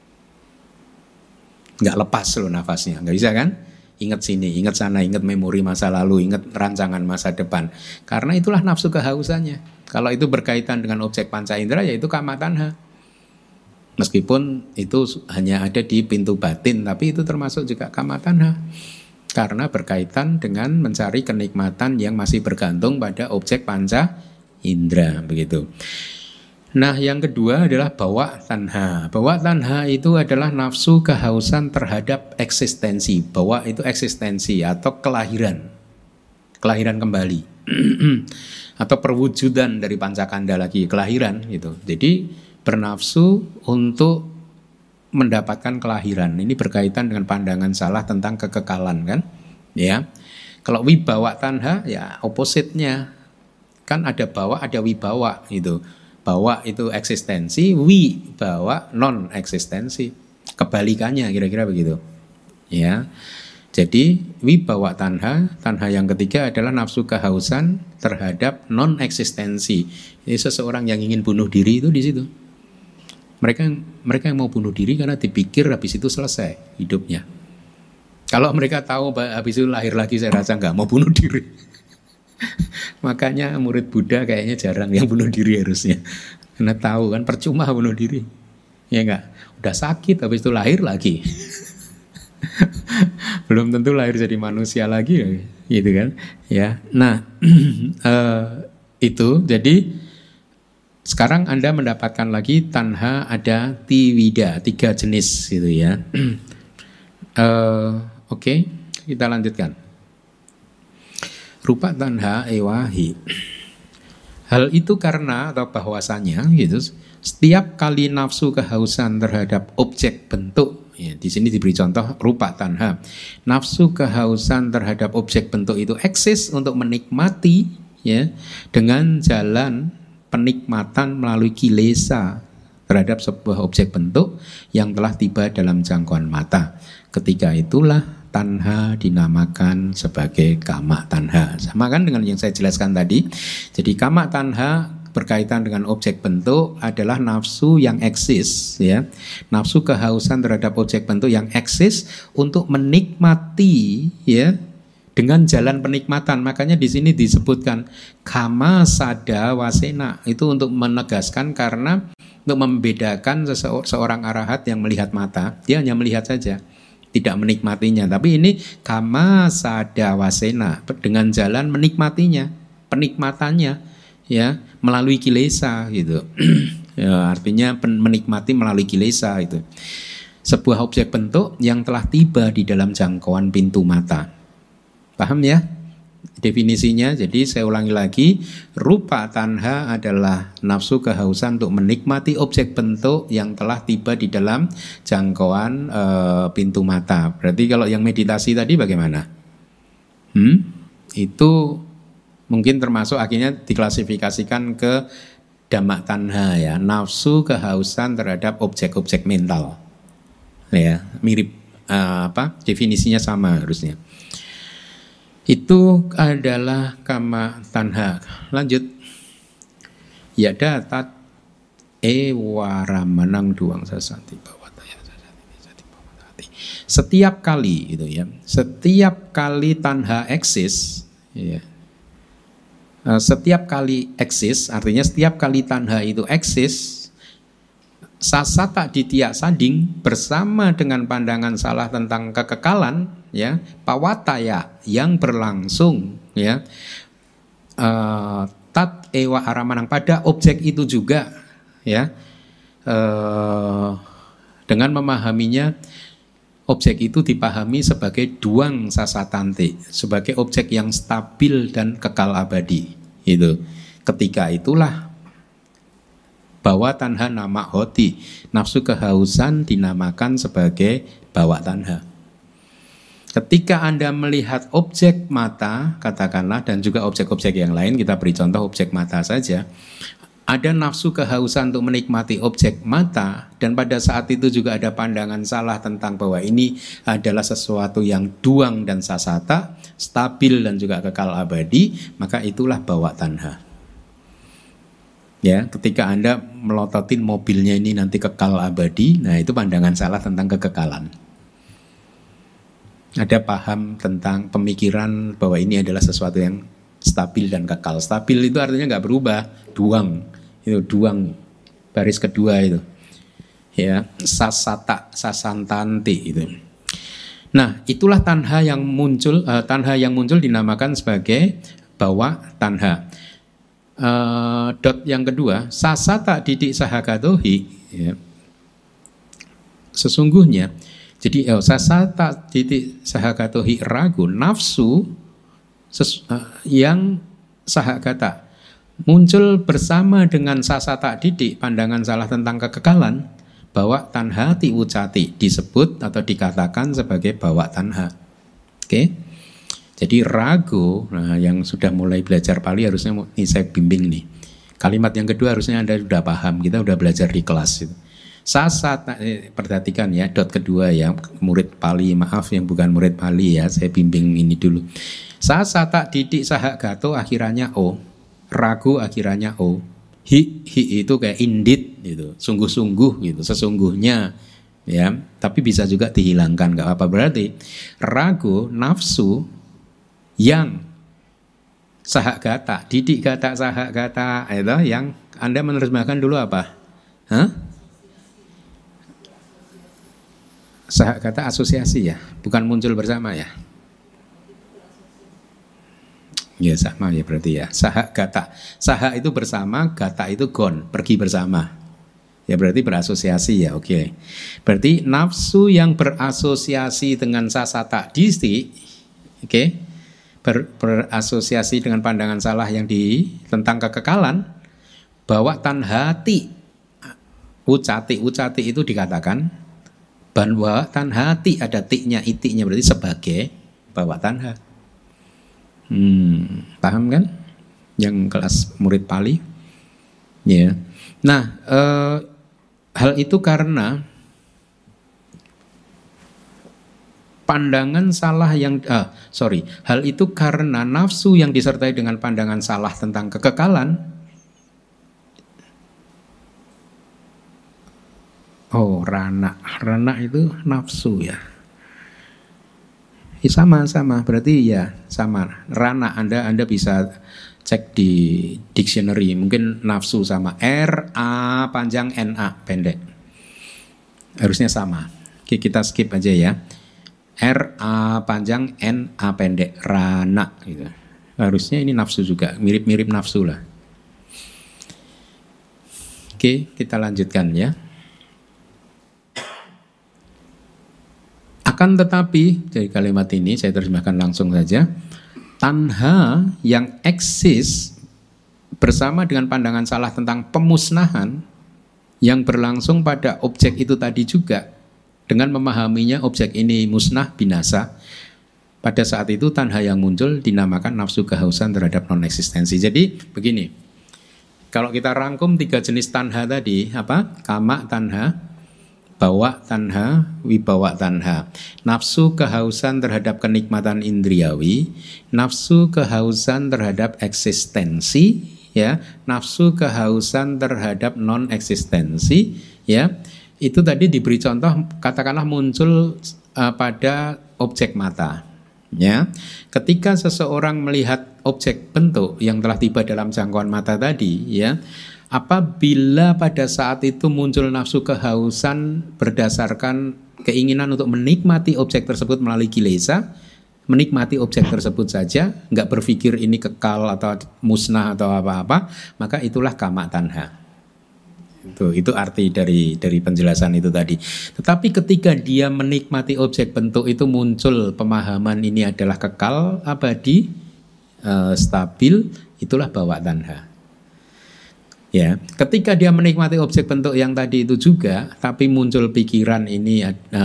Enggak lepas loh nafasnya, enggak bisa kan? Ingat sini, ingat sana, ingat memori masa lalu, ingat rancangan masa depan. Karena itulah nafsu kehausannya. Kalau itu berkaitan dengan objek panca indera, yaitu kama tanha. Meskipun itu hanya ada di pintu batin, tapi itu termasuk juga kama tanha. Karena berkaitan dengan mencari kenikmatan yang masih bergantung pada objek panca indera, begitu. Nah, yang kedua adalah bawa tanha. Bawa tanha itu adalah nafsu kehausan terhadap eksistensi. Bawa itu eksistensi atau kelahiran kembali, atau perwujudan dari pancakanda lagi, kelahiran gitu. Jadi bernafsu untuk mendapatkan kelahiran. Ini berkaitan dengan pandangan salah tentang kekekalan kan, ya. Kalau wibawa tanha ya opposite-nya. Kan ada bawa, ada wibawa gitu. Bawa itu eksistensi, wibawa non eksistensi. Kebalikannya kira-kira begitu. Ya. Jadi wibawa tanha yang ketiga adalah nafsu kehausan terhadap non eksistensi. Ini seseorang yang ingin bunuh diri itu di situ. Mereka yang mau bunuh diri karena dipikir habis itu selesai hidupnya. Kalau mereka tahu habis itu lahir lagi, saya rasa nggak mau bunuh diri. Makanya murid Buddha kayaknya jarang yang bunuh diri harusnya. Karena tahu kan percuma bunuh diri. Ya enggak? Udah sakit habis itu lahir lagi. Belum tentu lahir jadi manusia lagi gitu kan. Ya. Nah, itu jadi sekarang Anda mendapatkan lagi tanha ada tiwida, 3 jenis gitu ya. Oke. Kita lanjutkan. Rupa tanha ewahi. Hal itu karena atau bahwasanya gitu, setiap kali nafsu kehausan terhadap objek bentuk, ya, di sini diberi contoh rupa tanha. Nafsu kehausan terhadap objek bentuk itu eksis untuk menikmati, ya, dengan jalan penikmatan melalui kilesa terhadap sebuah objek bentuk yang telah tiba dalam jangkauan mata. Ketika itulah tanha dinamakan sebagai kama tanha. Sama kan dengan yang saya jelaskan tadi. Jadi kama tanha berkaitan dengan objek bentuk adalah nafsu yang eksis, ya. Nafsu kehausan terhadap objek bentuk yang eksis untuk menikmati, ya, dengan jalan penikmatan. Makanya di sini disebutkan kama sada wasena, itu untuk menegaskan karena untuk membedakan seorang arahat yang melihat mata, dia hanya melihat saja, tidak menikmatinya. Tapi ini kama sada wasena, dengan jalan menikmatinya, penikmatannya, ya, melalui kilesa gitu. Ya, artinya menikmati melalui kilesa itu. Sebuah objek bentuk yang telah tiba di dalam jangkauan pintu mata. Paham ya definisinya? Jadi saya ulangi lagi, rupa tanha adalah nafsu kehausan untuk menikmati objek bentuk yang telah tiba di dalam jangkauan pintu mata. Berarti kalau yang meditasi tadi bagaimana? Itu mungkin termasuk akhirnya diklasifikasikan ke dhamma tanha, ya, nafsu kehausan terhadap objek-objek mental. Ya, mirip definisinya sama harusnya. Itu adalah kama tanha. Lanjut. Ya datat waramanang duang sasati bawataya sasati bawatati. Setiap kali itu, ya. Setiap kali tanha eksis, ya. Setiap kali eksis, artinya setiap kali tanha itu eksis, sasata ditya sanding bersama dengan pandangan salah tentang kekekalan, ya, pawataya yang berlangsung, ya, tat ewa aramanang pada objek itu juga, ya, dengan memahaminya. Objek itu dipahami sebagai duang sasatanti, sebagai objek yang stabil dan kekal abadi. Itu. Ketika itulah bawa tanha nama hoti, nafsu kehausan dinamakan sebagai bawa tanha. Ketika Anda melihat objek mata, katakanlah, dan juga objek-objek yang lain, kita beri contoh objek mata saja. Ada nafsu kehausan untuk menikmati objek mata, dan pada saat itu juga ada pandangan salah tentang bahwa ini adalah sesuatu yang duang dan sasata, stabil dan juga kekal abadi, maka itulah bawa tanha. Ya, ketika Anda melototin mobilnya ini nanti kekal abadi, nah itu pandangan salah tentang kekekalan. Ada paham tentang pemikiran bahwa ini adalah sesuatu yang stabil dan kekal. Stabil itu artinya nggak berubah, duang. Itu duang baris kedua itu, ya, sasata sasantanti itu. Nah, itulah tanha yang muncul. Tanha yang muncul dinamakan sebagai bawa tanha. Dot yang kedua, sasata didik sahagatohi, ya. Sesungguhnya, jadi sasata didik sahagatohi ragu, nafsu yang sahagata muncul bersama dengan sasata didik, pandangan salah tentang kekekalan, bawa tanha ti ucati, disebut atau dikatakan sebagai bawa tanha. Oke. Jadi ragu, nah yang sudah mulai belajar Pali harusnya ini saya bimbing nih. Kalimat yang kedua harusnya Anda sudah paham, kita sudah belajar di kelas itu. Sasata, perhatikan ya, dot kedua ya, murid Pali, maaf yang bukan murid Pali ya, saya bimbing ini dulu. Sasata didik sahagato akhirannya o. Ragu akhirannya o. Hi itu kayak indit gitu, sungguh-sungguh gitu, sesungguhnya, ya. Tapi bisa juga dihilangkan, nggak apa-apa. Berarti ragu nafsu yang sahagata, didik kata sahagata itu yang Anda menerjemahkan dulu apa? Sahagata asosiasi ya, bukan muncul bersama ya. Ya sama ya berarti ya. Saha gata. Saha itu bersama, gata itu gon, pergi bersama. Ya berarti berasosiasi ya, oke. Berarti nafsu yang berasosiasi dengan sasata disti, Oke. Berasosiasi dengan pandangan salah yang tentang kekekalan, bahwa tanhati, ucati itu dikatakan bahwa tanhati ada tiknya, itiknya, berarti sebagai bahwa tanha. Paham kan? Yang kelas murid Pali, ya. Nah, hal itu karena pandangan salah hal itu karena nafsu yang disertai dengan pandangan salah tentang kekekalan. Rana itu nafsu ya. Sama berarti ya sama. Rana Anda bisa cek di dictionary, mungkin nafsu sama R-A panjang N-A pendek. Harusnya sama. Oke, kita skip aja ya. R-A panjang N-A pendek, rana gitu. Harusnya ini nafsu juga, mirip-mirip nafsu lah. Oke, kita lanjutkan ya. Akan tetapi, dari kalimat ini saya terjemahkan langsung saja. Tanha yang eksis bersama dengan pandangan salah tentang pemusnahan yang berlangsung pada objek itu tadi juga, dengan memahaminya objek ini musnah, binasa, pada saat itu tanha yang muncul dinamakan nafsu kehausan terhadap non-eksistensi. Jadi begini, kalau kita rangkum 3 jenis tanha tadi, apa? Kama tanha, bawa tanha, wibawa tanha. Nafsu kehausan terhadap kenikmatan indriawi, nafsu kehausan terhadap eksistensi, ya, nafsu kehausan terhadap non eksistensi, ya. Itu tadi diberi contoh, katakanlah muncul pada objek mata, ya. Ketika seseorang melihat objek bentuk yang telah tiba dalam jangkauan mata tadi, ya, apabila pada saat itu muncul nafsu kehausan berdasarkan keinginan untuk menikmati objek tersebut melalui kilesa, menikmati objek tersebut saja, nggak berpikir ini kekal atau musnah atau apa-apa, maka itulah kama tanha. Itu arti dari penjelasan itu tadi. Tetapi ketika dia menikmati objek bentuk itu muncul pemahaman ini adalah kekal, abadi, stabil, itulah bawa tanha. Ya, ketika dia menikmati objek bentuk yang tadi itu juga, tapi muncul pikiran ini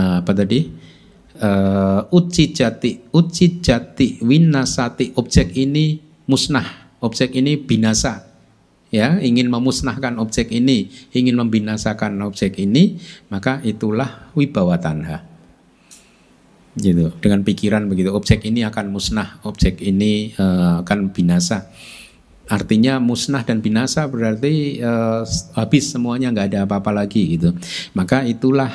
uci jati winasati, objek ini musnah, objek ini binasa, ya, ingin memusnahkan objek ini, ingin membinasakan objek ini, maka itulah wibawa tanha. Gitu, dengan pikiran begitu, objek ini akan musnah, objek ini akan binasa. Artinya musnah dan binasa berarti habis semuanya, nggak ada apa-apa lagi gitu. Maka itulah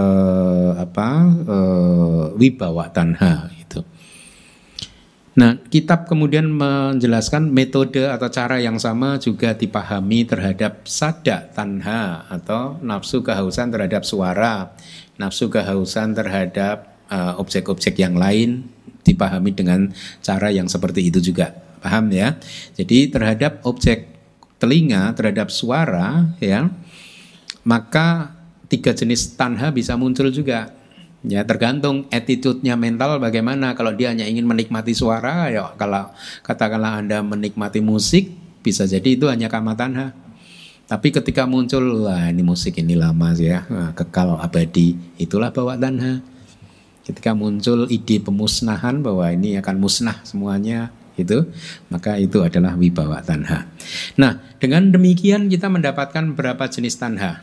wibawa tanha gitu. Nah, kitab kemudian menjelaskan metode atau cara yang sama juga dipahami terhadap sada tanha atau nafsu kehausan terhadap suara, nafsu kehausan terhadap objek-objek yang lain, dipahami dengan cara yang seperti itu juga. Paham ya? Jadi terhadap objek telinga, terhadap suara, ya, maka 3 jenis tanha bisa muncul juga. Ya, tergantung attitude-nya mental bagaimana. Kalau dia hanya ingin menikmati suara, ya, kalau katakanlah Anda menikmati musik, bisa jadi itu hanya kama tanha. Tapi ketika muncul, wah ini musik ini lama sih ya, kekal abadi, itulah bawa tanha. Ketika muncul ide pemusnahan bahwa ini akan musnah semuanya, itu, maka itu adalah wibawa tanha. Nah, dengan demikian kita mendapatkan berapa jenis tanha?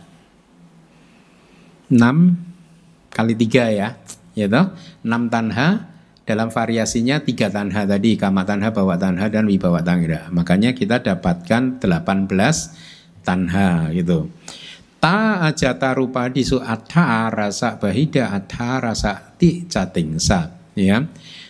6 kali 3 ya, yaitu 6 tanha, dalam variasinya 3 tanha tadi, kama tanha, bawa tanha, dan wibawa tanha. Makanya kita dapatkan 18 tanha gitu. Ta ajata rupa disu atha rasa bahida atha rasa ti catingsa, ya.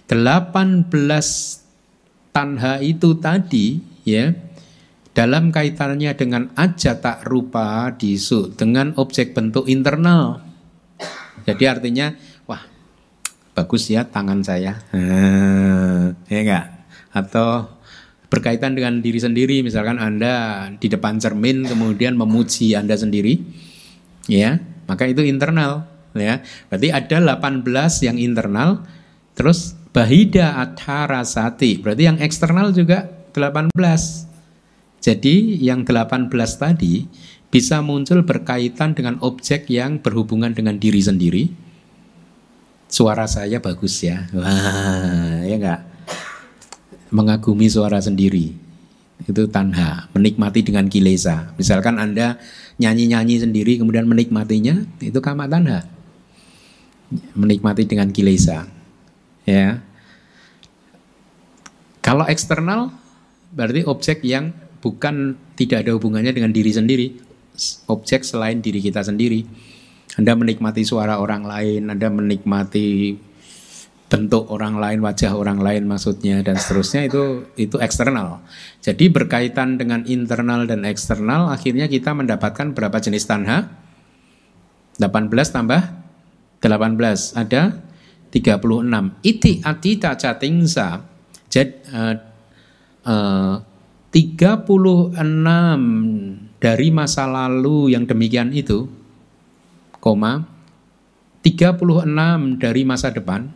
18 tanha itu tadi, ya, dalam kaitannya dengan ajata rupa disu, dengan objek bentuk internal. Jadi artinya, wah bagus ya tangan saya, ya enggak? Atau berkaitan dengan diri sendiri, misalkan Anda di depan cermin kemudian memuji Anda sendiri, ya, maka itu internal, ya. Berarti ada 18 yang internal, terus Bahida athara sati, berarti yang eksternal juga 18. Jadi yang 18 tadi bisa muncul berkaitan dengan objek yang berhubungan dengan diri sendiri. Suara saya bagus ya, wah, ya enggak? Mengagumi suara sendiri, itu tanha, menikmati dengan kilesa. Misalkan Anda nyanyi-nyanyi sendiri kemudian menikmatinya, itu kama tanha, menikmati dengan kilesa. Ya. Kalau eksternal berarti objek yang bukan, tidak ada hubungannya dengan diri sendiri, objek selain diri kita sendiri. Anda menikmati suara orang lain, Anda menikmati bentuk orang lain, wajah orang lain maksudnya, dan seterusnya, itu eksternal. Jadi berkaitan dengan internal dan eksternal, akhirnya kita mendapatkan berapa jenis tanha? 18 tambah 18, ada 36. Iti atita catingsa. Jadi 36 dari masa lalu yang demikian itu, 36 dari masa depan,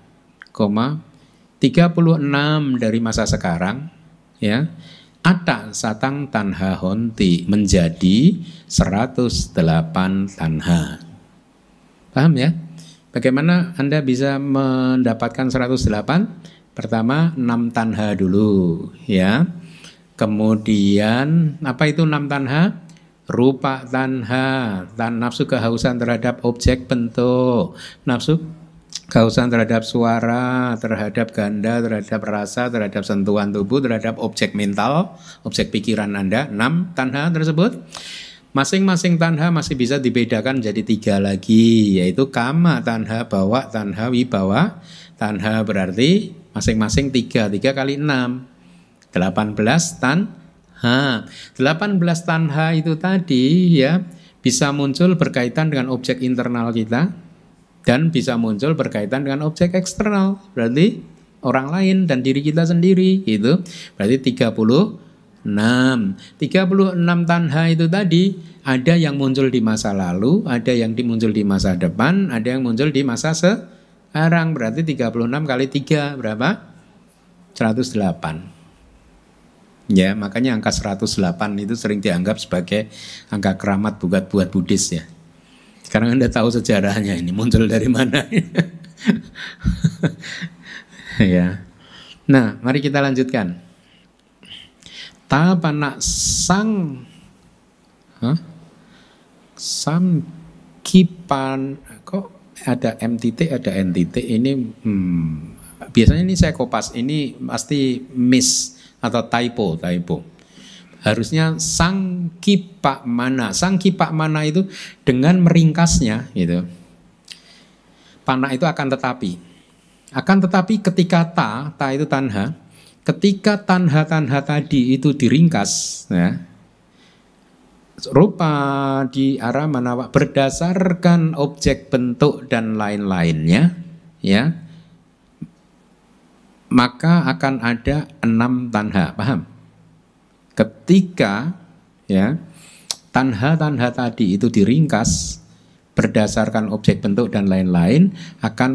36 dari masa sekarang, ya. Ata satang tanha honti, menjadi 108 tanha. Paham ya? Bagaimana Anda bisa mendapatkan 108? Pertama 6 tanha dulu, ya. Kemudian apa itu 6 tanha? Rupa tanha, nafsu kehausan terhadap objek bentuk, nafsu kehausan terhadap suara, terhadap ganda, terhadap rasa, terhadap sentuhan tubuh, terhadap objek mental, objek pikiran Anda. 6 tanha tersebut. Masing-masing tanha masih bisa dibedakan jadi 3 lagi, yaitu kama tanha, bawa tanha, wibawa tanha. Berarti masing-masing 3 kali 6, 18 tanha. 18 tanha itu tadi, ya, bisa muncul berkaitan dengan objek internal kita dan bisa muncul berkaitan dengan objek eksternal, berarti orang lain dan diri kita sendiri. Itu berarti 36 tanha itu tadi. Ada yang muncul di masa lalu, ada yang muncul di masa depan, ada yang muncul di masa sekarang. Berarti 36 kali 3 berapa? 108. Ya, makanya angka 108 itu sering dianggap sebagai angka keramat buat Buddhis, ya. Sekarang Anda tahu sejarahnya, ini muncul dari mana. Ya. Nah, mari kita lanjutkan. Tapana sang samkipan, kok ada MTT ada NTT ini, biasanya ini saya kopas, ini pasti miss atau typo. Harusnya sangkipak mana. Sangkipak mana itu dengan meringkasnya, gitu. Pana itu akan tetapi. Akan tetapi ketika ta itu tanha, ketika tanha tadi itu diringkas, ya, rupa di arah mana, berdasarkan objek bentuk dan lain-lainnya, ya, maka akan ada 6 tanha. Paham? Ketika, ya, tanha tadi itu diringkas berdasarkan objek bentuk dan lain-lain, akan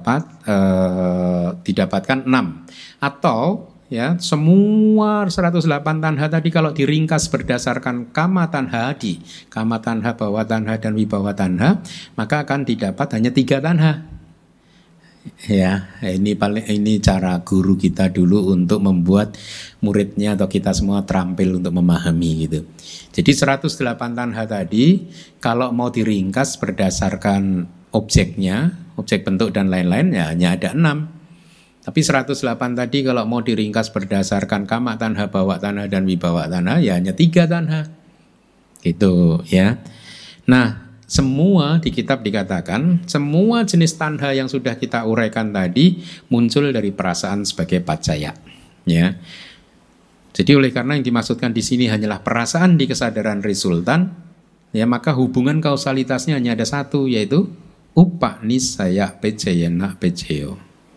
didapatkan 6. Atau, ya, semua 108 tanha tadi kalau diringkas berdasarkan kama tanha adi, kama tanha, bawa tanha, dan wibawa tanha, maka akan didapat hanya 3 tanha. Ya, ini cara guru kita dulu untuk membuat muridnya atau kita semua terampil untuk memahami, gitu. Jadi 108 tanha tadi kalau mau diringkas berdasarkan objeknya, objek bentuk dan lain-lain, ya hanya ada 6. Tapi 108 tadi kalau mau diringkas berdasarkan kama tanha, bawa tanha, dan wibawa tanha, ya hanya 3 tanha. Gitu, ya. Nah, semua di kitab dikatakan, semua jenis tanha yang sudah kita uraikan tadi muncul dari perasaan sebagai pacaya, ya. Jadi oleh karena yang dimaksudkan di sini hanyalah perasaan di kesadaran resultan, ya, maka hubungan kausalitasnya hanya ada satu, yaitu upanisaya pecayana pecayo.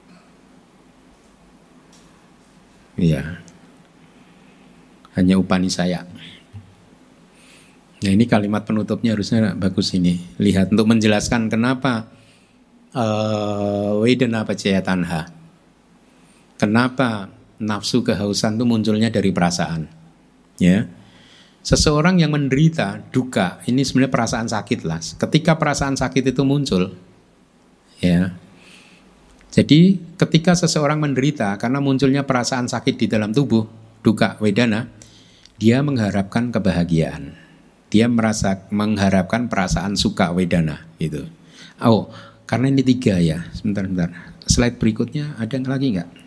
Ya, hanya upanisaya. Nah, ini kalimat penutupnya harusnya bagus ini. Lihat untuk menjelaskan kenapa Vedana pacaya tanha. Kenapa nafsu kehausan itu munculnya dari perasaan? Ya, seseorang yang menderita duka, ini sebenarnya perasaan sakit lah. Ketika perasaan sakit itu muncul, ya. Jadi ketika seseorang menderita karena munculnya perasaan sakit di dalam tubuh, duka, wedana, dia mengharapkan kebahagiaan. Dia mengharapkan perasaan suka, wedana, gitu. Oh, karena ini 3 ya. Sebentar. Slide berikutnya ada lagi nggak?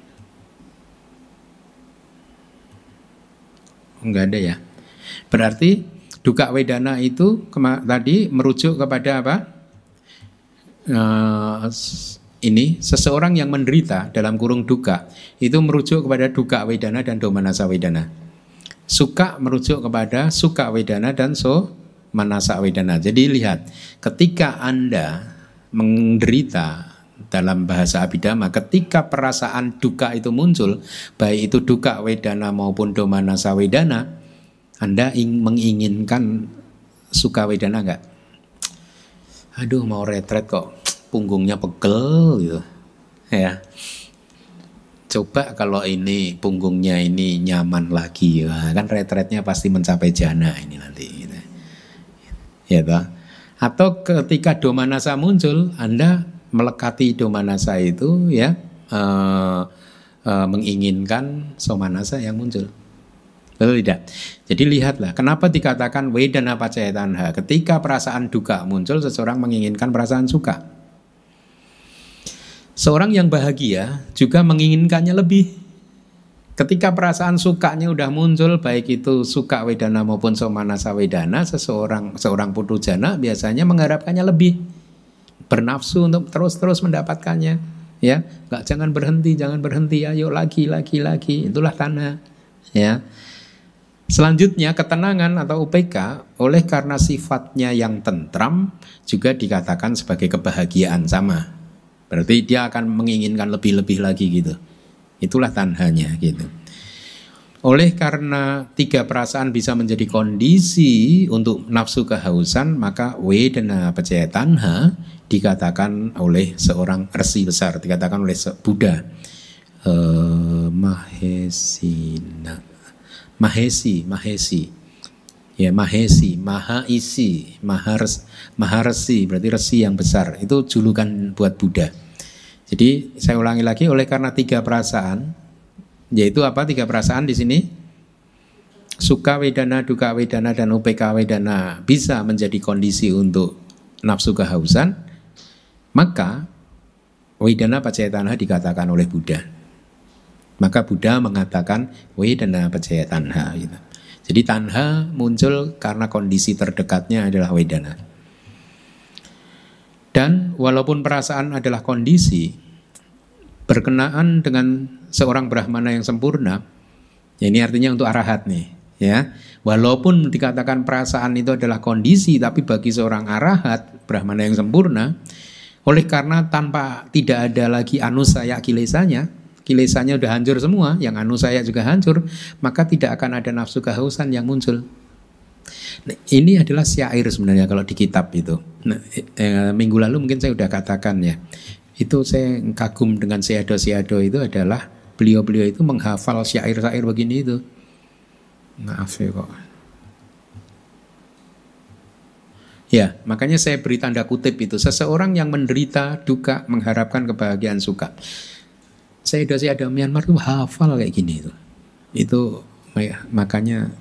Enggak ada ya. Berarti duka wedana itu tadi merujuk kepada apa? Ini seseorang yang menderita dalam kurung duka itu merujuk kepada duka wedana dan domanasa wedana. Suka merujuk kepada suka wedana dan manasa wedana. Jadi lihat, ketika Anda menderita dalam bahasa Abhidhamma, ketika perasaan duka itu muncul, baik itu duka wedana maupun domanasa wedana, Anda menginginkan suka wedana enggak? Aduh, mau retret kok punggungnya pegel gitu. Ya. Coba kalau ini punggungnya ini nyaman lagi, ya, kan retretnya pasti mencapai jana ini nanti gitu. Ya toh? Atau ketika domanasa muncul, Anda melekati domanasa itu ya menginginkan somanasa yang muncul. Betul tidak? Jadi lihatlah kenapa dikatakan wedana pacaya tanha. Ketika perasaan duka muncul, seseorang menginginkan perasaan suka. Seorang yang bahagia juga menginginkannya lebih. Ketika perasaan sukanya udah muncul, baik itu suka wedana maupun somanasa wedana, seorang putu jana biasanya mengharapkannya lebih. Bernafsu untuk terus mendapatkannya, ya, jangan berhenti, ayo lagi, itulah tanha, ya. Selanjutnya ketenangan atau UPK oleh karena sifatnya yang tentram juga dikatakan sebagai kebahagiaan sama, berarti dia akan menginginkan lebih lagi gitu, itulah tanhanya gitu. Oleh karena 3 perasaan bisa menjadi kondisi untuk nafsu kehausan, maka wedana pacaya tanha dikatakan oleh seorang resi besar, dikatakan oleh Buddha, Mahesi, ya, Mahesi, Maharesi, berarti resi yang besar. Itu julukan buat Buddha. Jadi saya ulangi lagi, oleh karena 3 perasaan, yaitu apa 3 perasaan di sini? Suka wedana, duka wedana, dan upeka wedana bisa menjadi kondisi untuk nafsu kehausan, maka wedana pacaya tanha dikatakan oleh Buddha. Maka Buddha mengatakan wedana pacaya tanha gitu. Jadi tanha muncul karena kondisi terdekatnya adalah wedana. Dan walaupun perasaan adalah kondisi, berkenaan dengan seorang brahmana yang sempurna, ya ini artinya untuk arahat nih, ya. Walaupun dikatakan perasaan itu adalah kondisi, tapi bagi seorang arahat, brahmana yang sempurna, oleh karena tidak ada lagi anusaya kilesanya udah hancur semua, yang anusaya juga hancur, maka tidak akan ada nafsu kehausan yang muncul. Nah, ini adalah syair sebenarnya kalau di kitab itu. Nah, minggu lalu mungkin saya sudah katakan ya. Itu saya kagum dengan Sayadaw itu adalah beliau itu menghafal syair-syair begini itu. Maaf ya kok. Ya, makanya saya beri tanda kutip itu. Seseorang yang menderita duka mengharapkan kebahagiaan suka. Sayadaw Myanmar itu hafal kayak gini itu. Itu makanya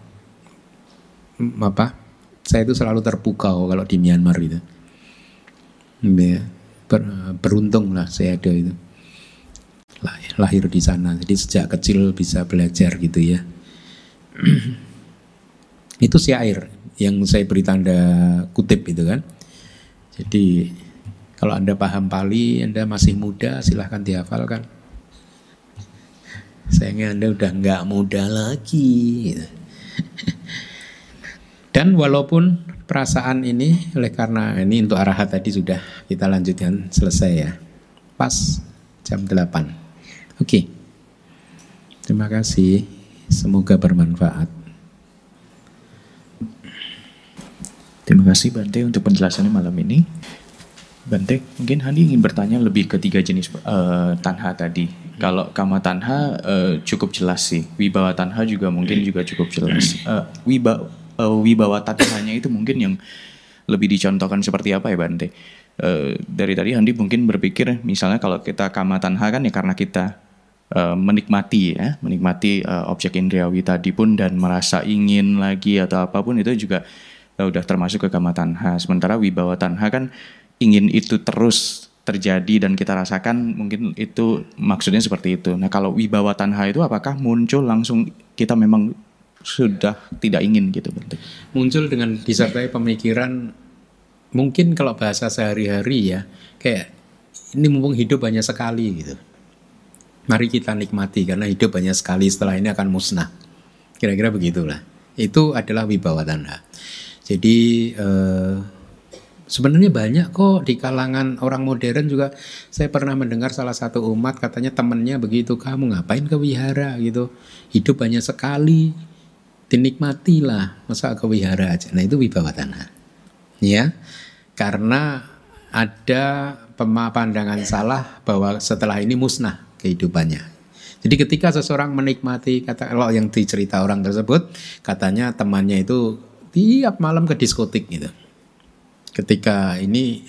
saya itu selalu terpukau kalau di Myanmar itu. Ya. Beruntung lah saya ada itu lahir di sana, jadi sejak kecil bisa belajar gitu ya. Itu syair yang saya beri tanda kutip itu kan. Jadi kalau Anda paham Pali, Anda masih muda, silahkan dihafalkan. Sayangnya Anda udah nggak muda lagi gitu. Dan walaupun perasaan ini, oleh karena ini untuk arahat tadi sudah kita lanjutkan, selesai ya. Pas jam 8. Oke. Terima kasih. Semoga bermanfaat. Terima kasih Bante untuk penjelasannya malam ini. Bante, mungkin Handi ingin bertanya lebih ke tiga jenis tanha tadi. Kalau kama tanha cukup jelas sih. Wibawa tanha juga mungkin juga cukup jelas. Wibawa tanhanya itu mungkin yang lebih dicontohkan seperti apa ya Bante? Dari tadi Handi mungkin berpikir misalnya kalau kita kama tanha kan ya karena kita menikmati objek indriawi tadi pun dan merasa ingin lagi atau apapun itu juga udah termasuk ke kama tanha. Sementara wibawa tanha kan ingin itu terus terjadi dan kita rasakan, mungkin itu maksudnya seperti itu. Nah kalau wibawa tanha itu apakah muncul langsung kita memang sudah tidak ingin gitu? Muncul dengan disertai pemikiran, mungkin kalau bahasa sehari-hari ya, kayak ini mumpung hidup hanya sekali gitu, mari kita nikmati karena hidup hanya sekali, setelah ini akan musnah. Kira-kira begitulah. Itu adalah wibawa tanha. Jadi sebenarnya banyak kok di kalangan orang modern juga. Saya pernah mendengar salah satu umat katanya temannya begitu, kamu ngapain ke wihara gitu, hidup hanya sekali, dinikmatilah, masa ke wihara aja. Nah itu wibawa tanha ya, karena ada pandangan salah bahwa setelah ini musnah kehidupannya. Jadi ketika seseorang menikmati, kata kalau yang dicerita orang tersebut, katanya temannya itu tiap malam ke diskotik gitu. Ketika ini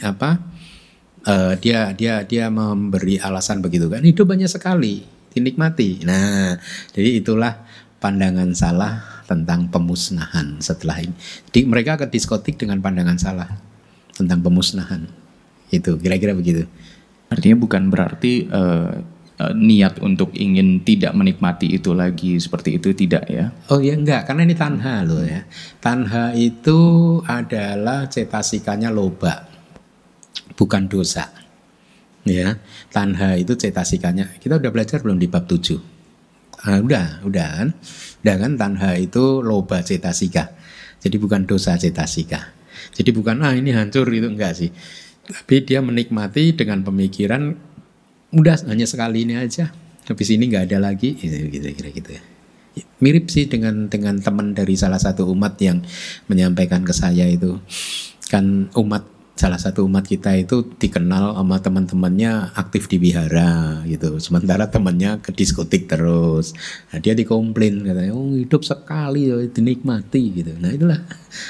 dia memberi alasan begitu kan, hidup hanya sekali, dinikmati. Nah, jadi itulah pandangan salah tentang pemusnahan setelah ini. Jadi mereka ke diskotik dengan pandangan salah tentang pemusnahan. Itu kira-kira begitu. Artinya bukan berarti niat untuk ingin tidak menikmati itu lagi seperti itu, tidak ya? Oh ya enggak, karena ini tanha loh ya. Tanha itu adalah cetasikanya loba, bukan dosa. Ya, tanha itu cetasikanya. Kita udah belajar belum di bab 7? Udah kan? Udah kan, tanha itu loba cetasika. Jadi bukan dosa cetasika. Jadi bukan ini hancur itu, enggak sih. Tapi dia menikmati dengan pemikiran udah hanya sekali ini aja, habis ini nggak ada lagi, gitu. Mirip sih dengan teman dari salah satu umat yang menyampaikan ke saya itu, kan salah satu umat kita itu dikenal sama teman-temannya aktif di wihara gitu, sementara temannya ke diskotik terus. Nah, dia dikomplain katanya, hidup sekali dinikmati gitu. Nah itulah.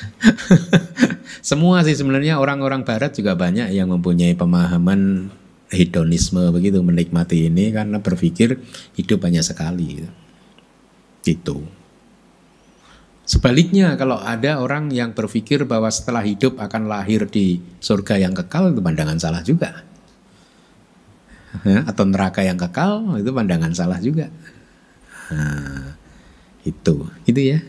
Semua sih sebenarnya orang-orang barat juga banyak yang mempunyai pemahaman hedonisme begitu, menikmati ini karena berpikir hidup hanya sekali gitu. Sebaliknya kalau ada orang yang berpikir bahwa setelah hidup akan lahir di surga yang kekal, itu pandangan salah juga. Atau neraka yang kekal, itu pandangan salah juga. Nah, itu ya.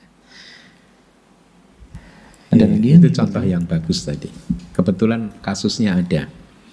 Ada lagi itu contoh yang bagus tadi. Kebetulan kasusnya ada.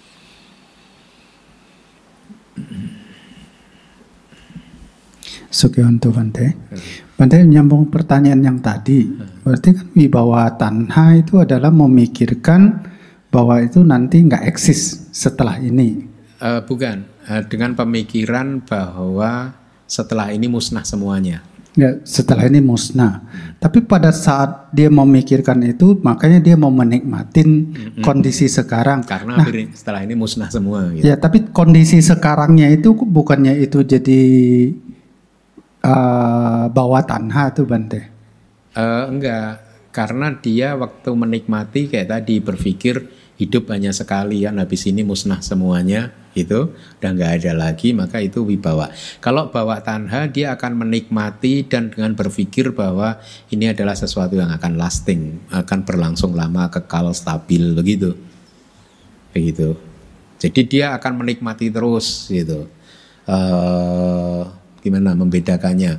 Sugihonto Bante. Bante nyambung pertanyaan yang tadi. Berarti kan wibawa tanha itu adalah memikirkan bahwa itu nanti nggak eksis setelah ini. Bukan, dengan pemikiran bahwa setelah ini musnah semuanya. Ya, setelah ini musnah. Tapi pada saat dia memikirkan itu, makanya dia mau menikmatin kondisi sekarang. Karena setelah ini musnah semua. Gitu. Ya, tapi kondisi sekarangnya itu bukannya itu jadi bawa tanha tuh Bante? Enggak, karena dia waktu menikmati kayak tadi berpikir hidup hanya sekali kan, habis ini musnah semuanya gitu, udah nggak ada lagi, maka itu wibawa. Kalau bawa tanha dia akan menikmati dan dengan berpikir bahwa ini adalah sesuatu yang akan lasting, akan berlangsung lama, kekal, stabil begitu. Jadi dia akan menikmati terus gitu. Gimana membedakannya?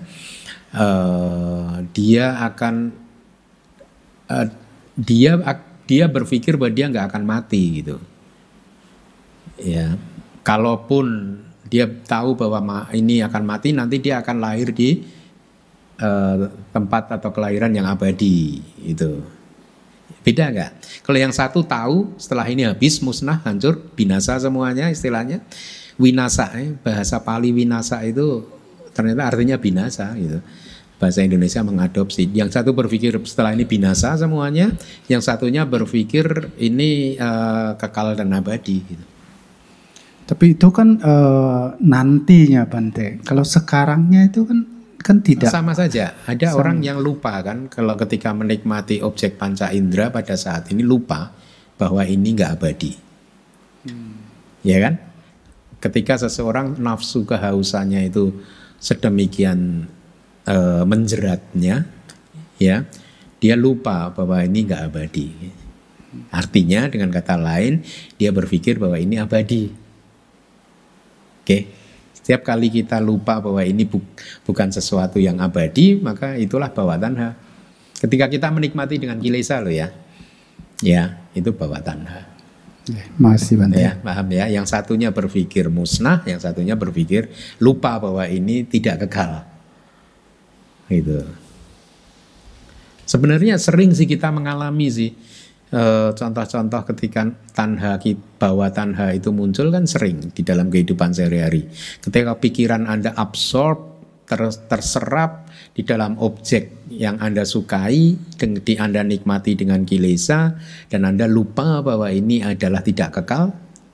Dia berpikir bahwa dia nggak akan mati gitu. Ya, kalaupun dia tahu bahwa ini akan mati, nanti dia akan lahir di tempat atau kelahiran yang abadi itu. Beda nggak? Kalau yang satu tahu setelah ini habis, musnah, hancur, binasa semuanya istilahnya. Winasa, bahasa Pali winasa itu ternyata artinya binasa gitu. bahasa Indonesia mengadopsi. Yang satu berpikir setelah ini binasa semuanya, yang satunya berpikir ini kekal dan abadi. Gitu. Tapi itu kan nantinya Bante. Kalau sekarangnya itu kan tidak. Sama saja. Ada orang yang lupa kan, kalau ketika menikmati objek panca indera pada saat ini lupa bahwa ini nggak abadi. Ya kan? Ketika seseorang nafsu kehausannya itu sedemikian menjeratnya, ya, dia lupa bahwa ini nggak abadi. Artinya dengan kata lain, dia berpikir bahwa ini abadi. Oke, setiap kali kita lupa bahwa ini bukan sesuatu yang abadi, maka itulah bawa tanha. Ketika kita menikmati dengan kilesa loh ya, itu bawa tanha. Masih Bante. Ya, paham ya. Yang satunya berpikir musnah, yang satunya berpikir lupa bahwa ini tidak kekal. Gitu. Sebenarnya sering sih kita mengalami sih contoh-contoh ketika bawa tanha itu muncul kan sering di dalam kehidupan sehari-hari. Ketika pikiran Anda absorb, terserap di dalam objek yang Anda sukai, Anda nikmati dengan kilesa, dan Anda lupa bahwa ini adalah tidak kekal,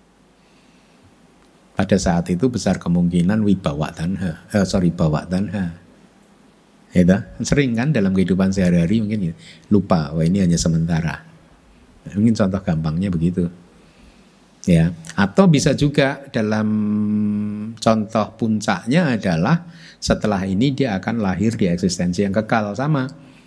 pada saat itu besar kemungkinan bawa tanha. Ya, sering kan dalam kehidupan sehari-hari mungkin lupa bahwa ini hanya sementara. Mungkin contoh gampangnya begitu. Ya, atau bisa juga dalam contoh puncaknya adalah setelah ini dia akan lahir di eksistensi yang kekal, sama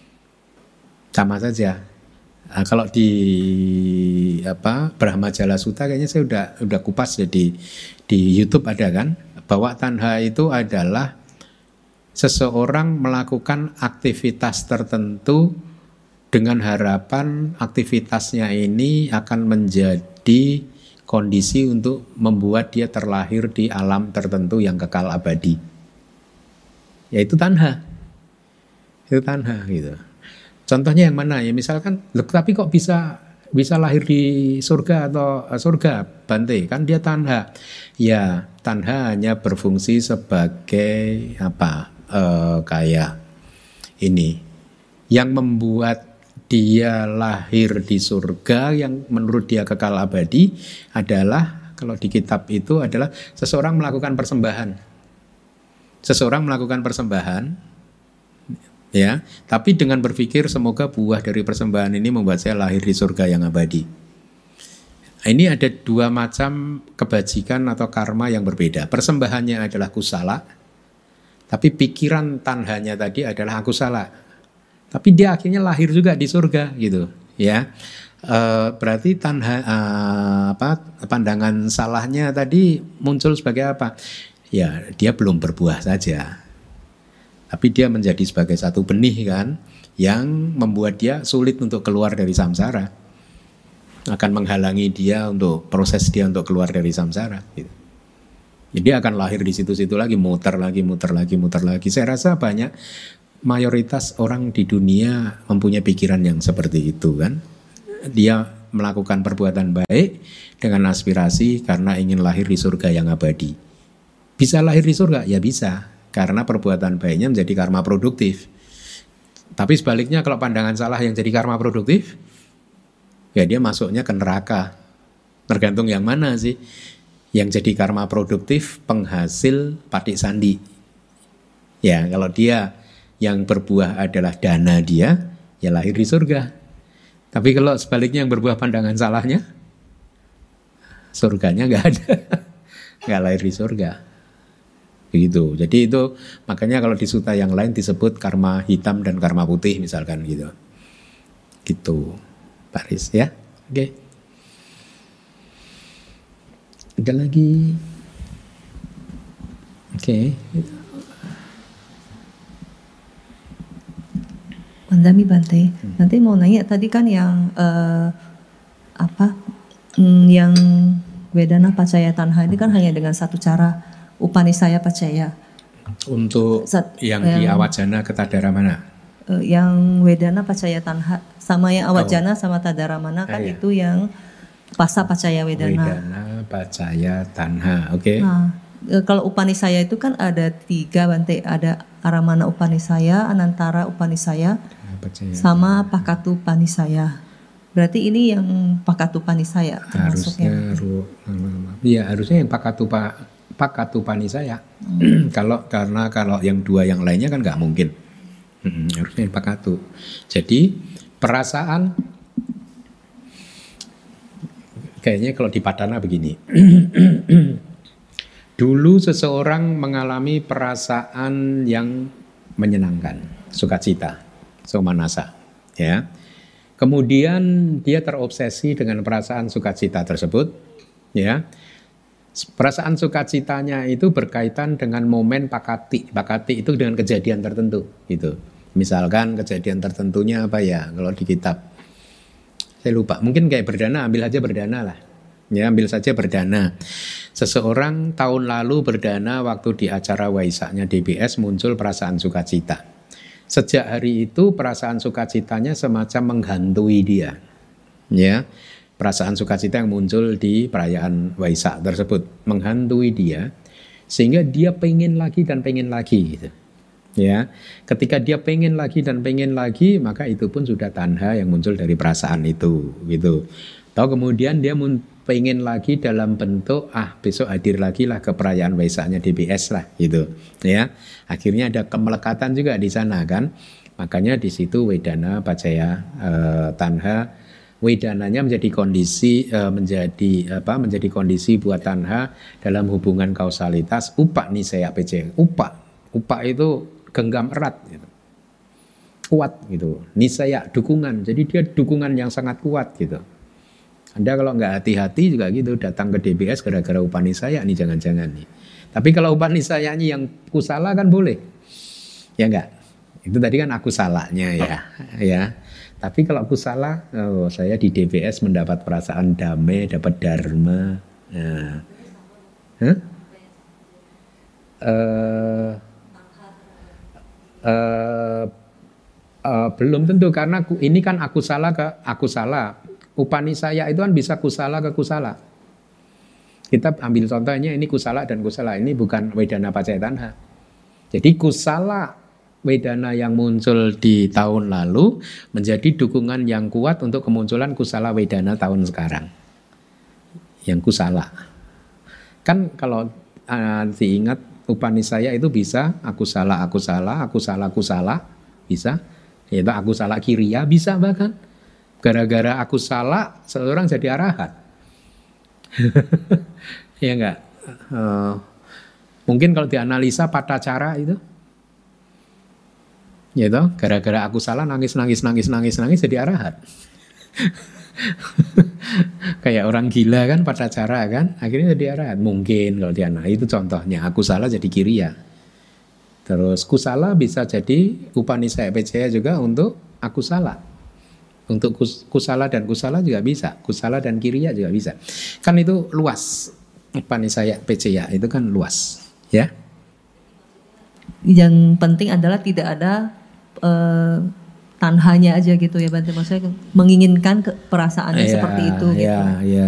saja. Nah, kalau di Brahmajala Sutta kayaknya saya udah kupas ya di YouTube ada kan, bahwa tanha itu adalah seseorang melakukan aktivitas tertentu dengan harapan aktivitasnya ini akan menjadi kondisi untuk membuat dia terlahir di alam tertentu yang kekal abadi. Yaitu tanha. Itu tanha gitu. Contohnya yang mana ya? Misalkan, tapi kok bisa lahir di surga atau surga, Bante? Kan dia tanha. Ya, tanha hanya berfungsi sebagai kayak ini yang membuat dia lahir di surga yang menurut dia kekal abadi adalah, kalau di kitab itu adalah seseorang melakukan persembahan. Ya, tapi dengan berpikir semoga buah dari persembahan ini membuat saya lahir di surga yang abadi. Ini ada dua macam kebajikan atau karma yang berbeda. Persembahannya adalah kusala, tapi pikiran tanhanya tadi adalah akusala. Tapi dia akhirnya lahir juga di surga gitu, ya. Berarti pandangan salahnya tadi muncul sebagai apa? Ya, dia belum berbuah saja. Tapi dia menjadi sebagai satu benih kan, yang membuat dia sulit untuk keluar dari samsara. Akan menghalangi dia proses dia untuk keluar dari samsara gitu. Jadi akan lahir di situ-situ lagi, muter lagi. Saya rasa mayoritas orang di dunia mempunyai pikiran yang seperti itu kan. Dia melakukan perbuatan baik dengan aspirasi karena ingin lahir di surga yang abadi. Bisa lahir di surga? Ya bisa, karena perbuatan baiknya menjadi karma produktif. Tapi sebaliknya kalau pandangan salah yang jadi karma produktif, ya dia masuknya ke neraka. Tergantung yang mana sih. Yang jadi karma produktif penghasil patik sandi. Ya, kalau dia yang berbuah adalah dana dia, ya lahir di surga. Tapi kalau sebaliknya yang berbuah pandangan salahnya, surganya nggak ada, nggak lahir di surga. Begitu. Jadi itu makanya kalau di sutta yang lain disebut karma hitam dan karma putih misalkan gitu. Gitu, Pak Riz ya. Oke. Ada lagi. Oke. Mandami Bante, nanti mau nanya tadi kan yang yang Vedana Pacaya Tanha ini kan hanya dengan satu cara, Upanisaya Pacaya. Untuk yang di Awajana ke Tadara mana? Yang Vedana Pacaya Tanha sama yang Awajana sama Tadara mana kan itu yang Pasa Pacaya Vedana. Vedana Pacaya Tanha, oke. Nah, Kalau Upanisaya itu kan ada 3 Bante, ada Aramana Upanisaya, Anantara Upanisaya, sama Pakatu Upanisaya. Berarti ini yang Pakatu Upanisaya termasuknya. Harusnya yang Pakatu Upanisaya. Kalau yang 2 yang lainnya kan nggak mungkin. Harusnya yang Pakatu. Jadi perasaan kayaknya kalau di Padana begini. Dulu seseorang mengalami perasaan yang menyenangkan, sukacita, somanasa, ya. Kemudian dia terobsesi dengan perasaan sukacita tersebut, ya. Perasaan sukacitanya itu berkaitan dengan momen pakati. Pakati itu dengan kejadian tertentu, gitu. Misalkan kejadian tertentunya apa ya? Kalau di kitab saya lupa. Mungkin kayak Berdana, ambil aja Berdana lah. Ya, ambil saja Berdana. Seseorang tahun lalu Berdana waktu di acara Waisaknya DBS muncul perasaan sukacita. Sejak hari itu perasaan sukacitanya semacam menghantui dia. Ya, perasaan sukacita yang muncul di perayaan Waisak tersebut menghantui dia sehingga dia pengen lagi dan pengen lagi gitu. Ya, ketika dia pengen lagi dan pengen lagi, maka itu pun sudah tanha yang muncul dari perasaan itu, gitu. Atau kemudian dia pengen lagi dalam bentuk besok hadir lagi lah ke perayaan Waisaknya DBS lah, gitu. Ya, akhirnya ada kemelekatan juga di sana kan. Makanya di situ Wedana Pacaya tanha, Wedananya menjadi kondisi menjadi kondisi buat tanha dalam hubungan kausalitas Upanisaya PC. Upa itu genggam erat gitu. Kuat gitu. Nisaya dukungan. Jadi dia dukungan yang sangat kuat gitu. Anda kalau nggak hati-hati juga gitu datang ke DBS gara-gara Upanisaya nih jangan-jangan nih. Tapi kalau Upanisayanya yang kusala kan boleh. Ya enggak? Itu tadi kan aku salahnya ya. Tapi kalau aku salah, saya di DBS mendapat perasaan damai, dapat dharma. Belum tentu karena ini kan aku salah ke aku salah. Upanisaya itu kan bisa kusala ke kusala. Kita ambil contohnya ini kusala dan kusala, ini bukan Wedana Pacaya Tanha. Jadi kusala Wedana yang muncul di tahun lalu menjadi dukungan yang kuat untuk kemunculan kusala Wedana tahun sekarang. Yang kusala. Kan kalau diingat Upanisaya itu bisa aku salah, bisa. Yaitu aku salah kiriya bisa bahkan. Gara-gara aku salah seorang jadi arahat. Ya enggak? Mungkin kalau dianalisa patacara itu, yaitu gara-gara aku salah nangis jadi arahat. Kayak orang gila kan patacara kan, akhirnya jadi arahat. Mungkin kalau dianalisa itu contohnya aku salah jadi kiriya. Terus kusala bisa jadi Upanisaya Pecaya juga untuk aku salah. Untuk kusala dan kusala juga bisa. Kusala dan kiriya juga bisa. Kan itu luas. Upanisaya Pecaya itu kan luas. Ya. Yang penting adalah tidak ada tanhanya aja gitu ya Bante. Maksudnya menginginkan perasaannya seperti itu gitu.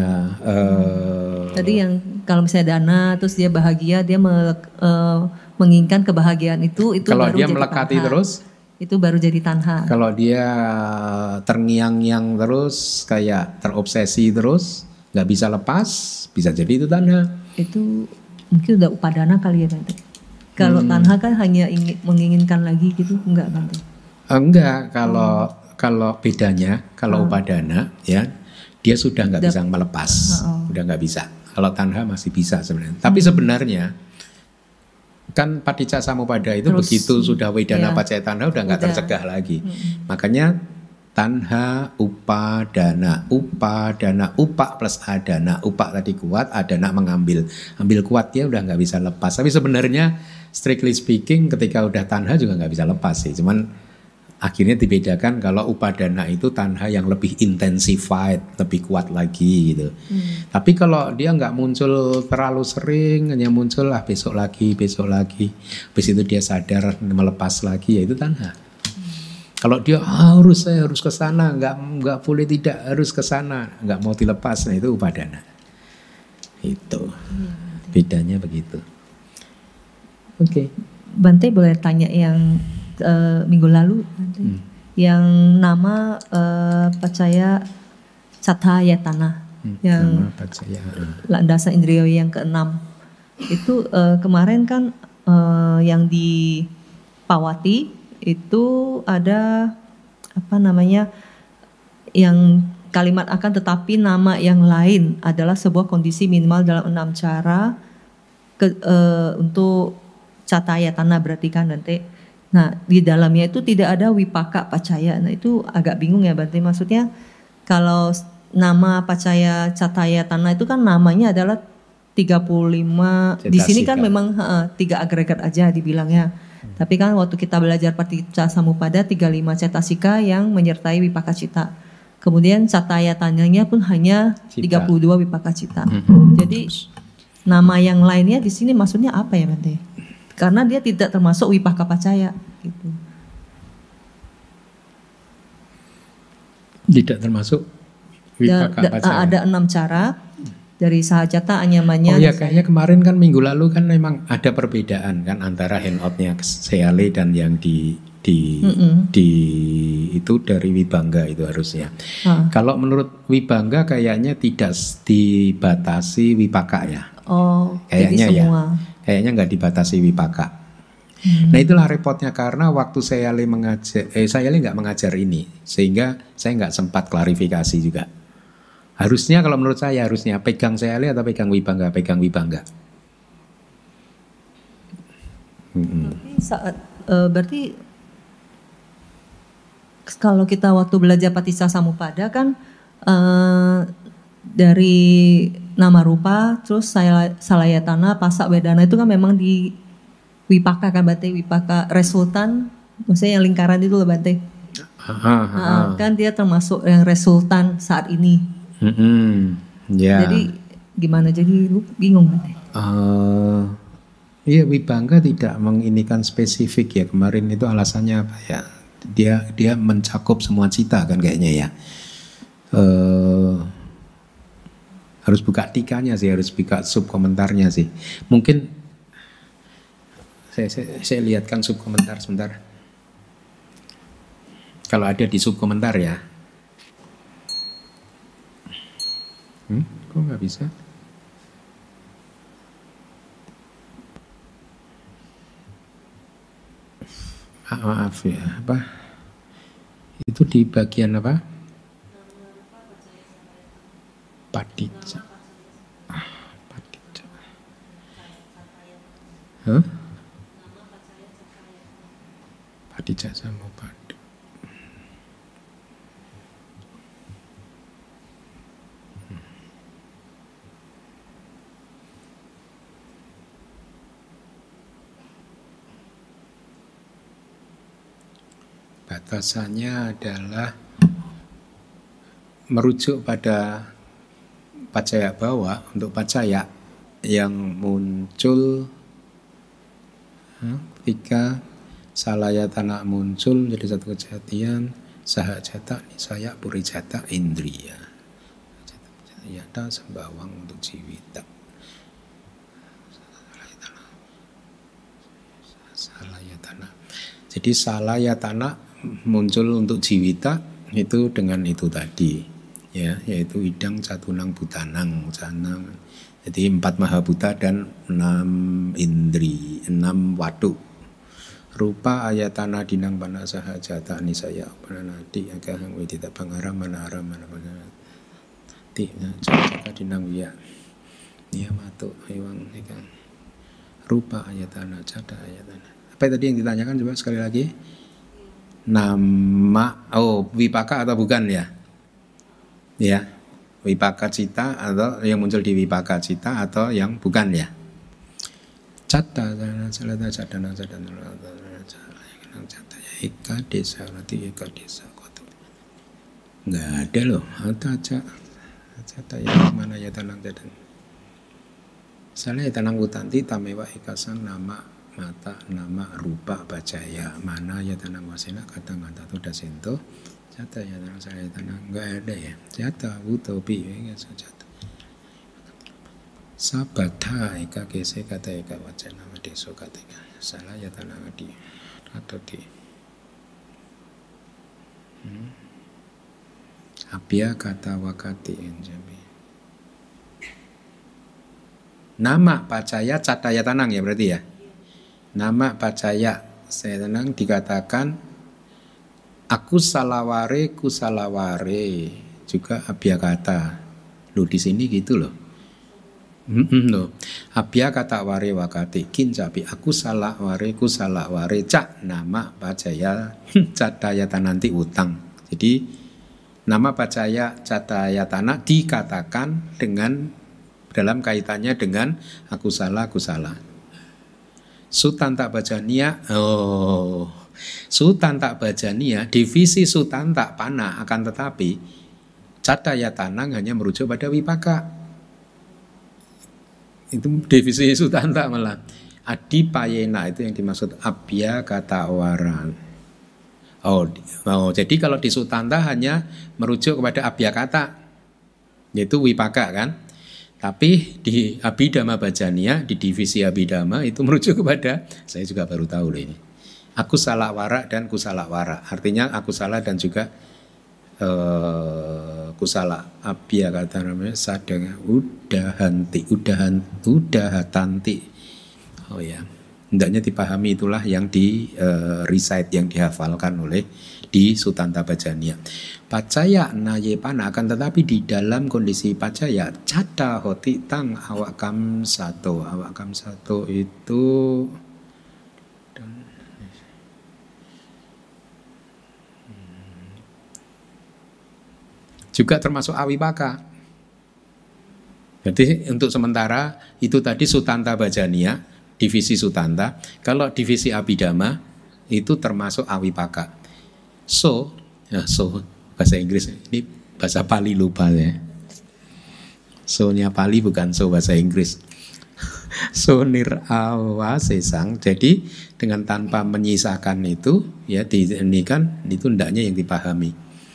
Tadi yang kalau misalnya dana terus dia bahagia, dia menginginkan kebahagiaan itu kalau baru dia jadi melekati tanha. terus Itu baru jadi tanha. Kalau dia terngiang-ngiang terus, kayak terobsesi terus, nggak bisa lepas, bisa jadi itu tanha. Itu mungkin udah upadana kali ya Bante. Kalau tanha kan hanya menginginkan lagi gitu, enggak Bante? Enggak, kalau bedanya, kalau upadana ya, dia sudah nggak bisa melepas, udah nggak bisa. Kalau tanha masih bisa sebenarnya. Tapi sebenarnya kan Paticca Samuppada itu terus, begitu sudah Wedana Pacaya Tanha udah nggak tercegah lagi. Makanya tanha upadana, upa plus adana, upa tadi kuat, adana ambil kuat, dia udah nggak bisa lepas. Tapi sebenarnya strictly speaking ketika udah tanha juga nggak bisa lepas sih. Cuman akhirnya dibedakan kalau upadana itu tanha yang lebih intensified, lebih kuat lagi gitu. Tapi kalau dia nggak muncul terlalu sering, hanya muncul besok lagi, habis itu dia sadar melepas lagi, ya itu tanha. Kalau dia saya harus ke sana, nggak boleh tidak harus ke sana, nggak mau dilepas, nah itu upadana. Itu bedanya begitu. Oke. Bante boleh tanya yang minggu lalu, Bante? Yang nama Pacaya Cathayatana, yang Nama Pacaya. landasan indriya yang keenam. Itu kemarin kan yang di Pawati itu ada apa namanya, yang kalimat akan tetapi nama yang lain adalah sebuah kondisi minimal dalam 6 cara untuk Cathayatana berarti kan Bante. Nah di dalamnya itu tidak ada wipaka pacaya. Nah itu agak bingung ya Bante. Maksudnya kalau nama Pacaya Cathayatana itu kan namanya adalah 35. Di sini kan memang 3 agregat aja dibilangnya. Tapi kan waktu kita belajar Paticca Samuppada 35 cetasika yang menyertai wipaka cita. Kemudian Cathayatananya pun hanya 32 wipaka cita. Jadi nama yang lainnya di sini maksudnya apa ya Bante? Karena dia tidak termasuk wipaka pacaya gitu. Tidak termasuk wipaka pacaya. Ada 6 cara dari sahajata anyamannya. Oh ya kayaknya kemarin kan minggu lalu kan memang ada perbedaan kan antara handoutnya Seale dan yang di itu dari Wibangga itu harusnya. Kalau menurut Wibangga kayaknya tidak dibatasi wipaka ya. Oh, kayaknya jadi semua. Ya. Kayaknya nggak dibatasi wipaka. Nah itulah repotnya karena waktu Seale mengajar, Seale nggak mengajar ini, sehingga saya nggak sempat klarifikasi juga. Harusnya kalau menurut saya harusnya pegang Seale atau pegang Wibangga, pegang Wibangga. Saat berarti kalau kita waktu belajar Paticca Samuppada kan dari nama rupa terus salayatana, pasak wedana itu kan memang di wipaka kan Bante, wipaka resultan, maksudnya yang lingkaran itu loh Bante. Kan dia termasuk yang resultan saat ini. Ya. Jadi gimana, jadi bingung Bante. Iya Wibangga tidak menginikan spesifik ya, kemarin itu alasannya apa ya, dia mencakup semua cita kan kayaknya ya. Harus buka tikanya sih, harus buka sub komentarnya sih. Mungkin saya lihatkan sub komentar sebentar. Kalau ada di sub komentar ya. Kok nggak bisa? Maaf ya, apa? Itu di bagian apa? Paticca. Paticca. Paticca Samuppada. Batasannya adalah merujuk pada pacaya bawa, untuk pacaya yang muncul ketika salayatana muncul jadi satu kejadian, sahajata nisaya purijata indriya, yata sembawang untuk jiwita. Salayatana. Jadi salayatana muncul untuk jiwita itu dengan itu tadi ya, yaitu idang catunang butanang canang. Jadi 4 mahabuta dan 6 indri, 6 waduk. Rupa ayatana dinang panasaha jata nisaya pananati agahang wedita pangaram manara manapati jaka dinang wiya niyamato hewang ikan. Rupa ayatana jata ayatana. Apa tadi yang ditanyakan, coba sekali lagi? Nama, wipaka atau bukan ya? Ya, wipaka cita atau yang muncul di wipaka cita atau yang bukan ya? Cata, salata, cadana, cadana, eka desa, nanti eka desa, kota. Nggak ada loh, cata yang mana ya tanang cadana. Misalnya ya tanang utanti tamewa ekasan nama mata nama rupa bacaya mana ya tanang wasena kata ngata tu dasento jata ya tanang saya tanang nggak ada ya jata utopi ya jata Sabata eka kese kata eka wacana madeso kata eka salah ya tanah di atau di abya kata wakati enjami. Nama pacaya cataya tanang ya berarti ya. Nama pacaya saya tenang dikatakan aku salaware ku salaware juga abya kata. Loh di sini gitu loh. Loh. Abya kata ware wakati kincapi aku salah ware ku salah ware cak nama pacaya catayata nanti utang. Jadi nama pacaya catayatana dikatakan dengan dalam kaitannya dengan aku salah Sutanta bajania Sutanta bajania divisi sutanta pana akan tetapi catayatana hanya merujuk pada wipaka. Itu divisi sutanta malah adipayena itu yang dimaksud abya kata waran. Jadi kalau di sutanta hanya merujuk kepada abya kata yaitu wipaka kan. Tapi di abhidhamma bajania di divisi abhidhamma itu merujuk kepada saya juga baru tahu loh ini. Aku salah wara dan kusala wara. Artinya aku salah dan juga kusala. Abya kata namanya sadanga udahanti. Oh ya, hendaknya dipahami itulah yang di recite, yang dihafalkan oleh di Sutanta Bajania. Pacaya nayepana akan tetapi di dalam kondisi pacaya cata hoti tang awakam sato itu juga termasuk awipaka. Jadi untuk sementara itu tadi Sutanta Bajania, divisi Sutanta. Kalau divisi Abhidhamma itu termasuk awipaka. So bahasa Inggris ini bahasa Pali lupa ya. So-nya Pali bukan so bahasa Inggris. So nirawa sesang. Jadi dengan tanpa menyisakan itu ya ini kan itu hendaknya yang dipahami.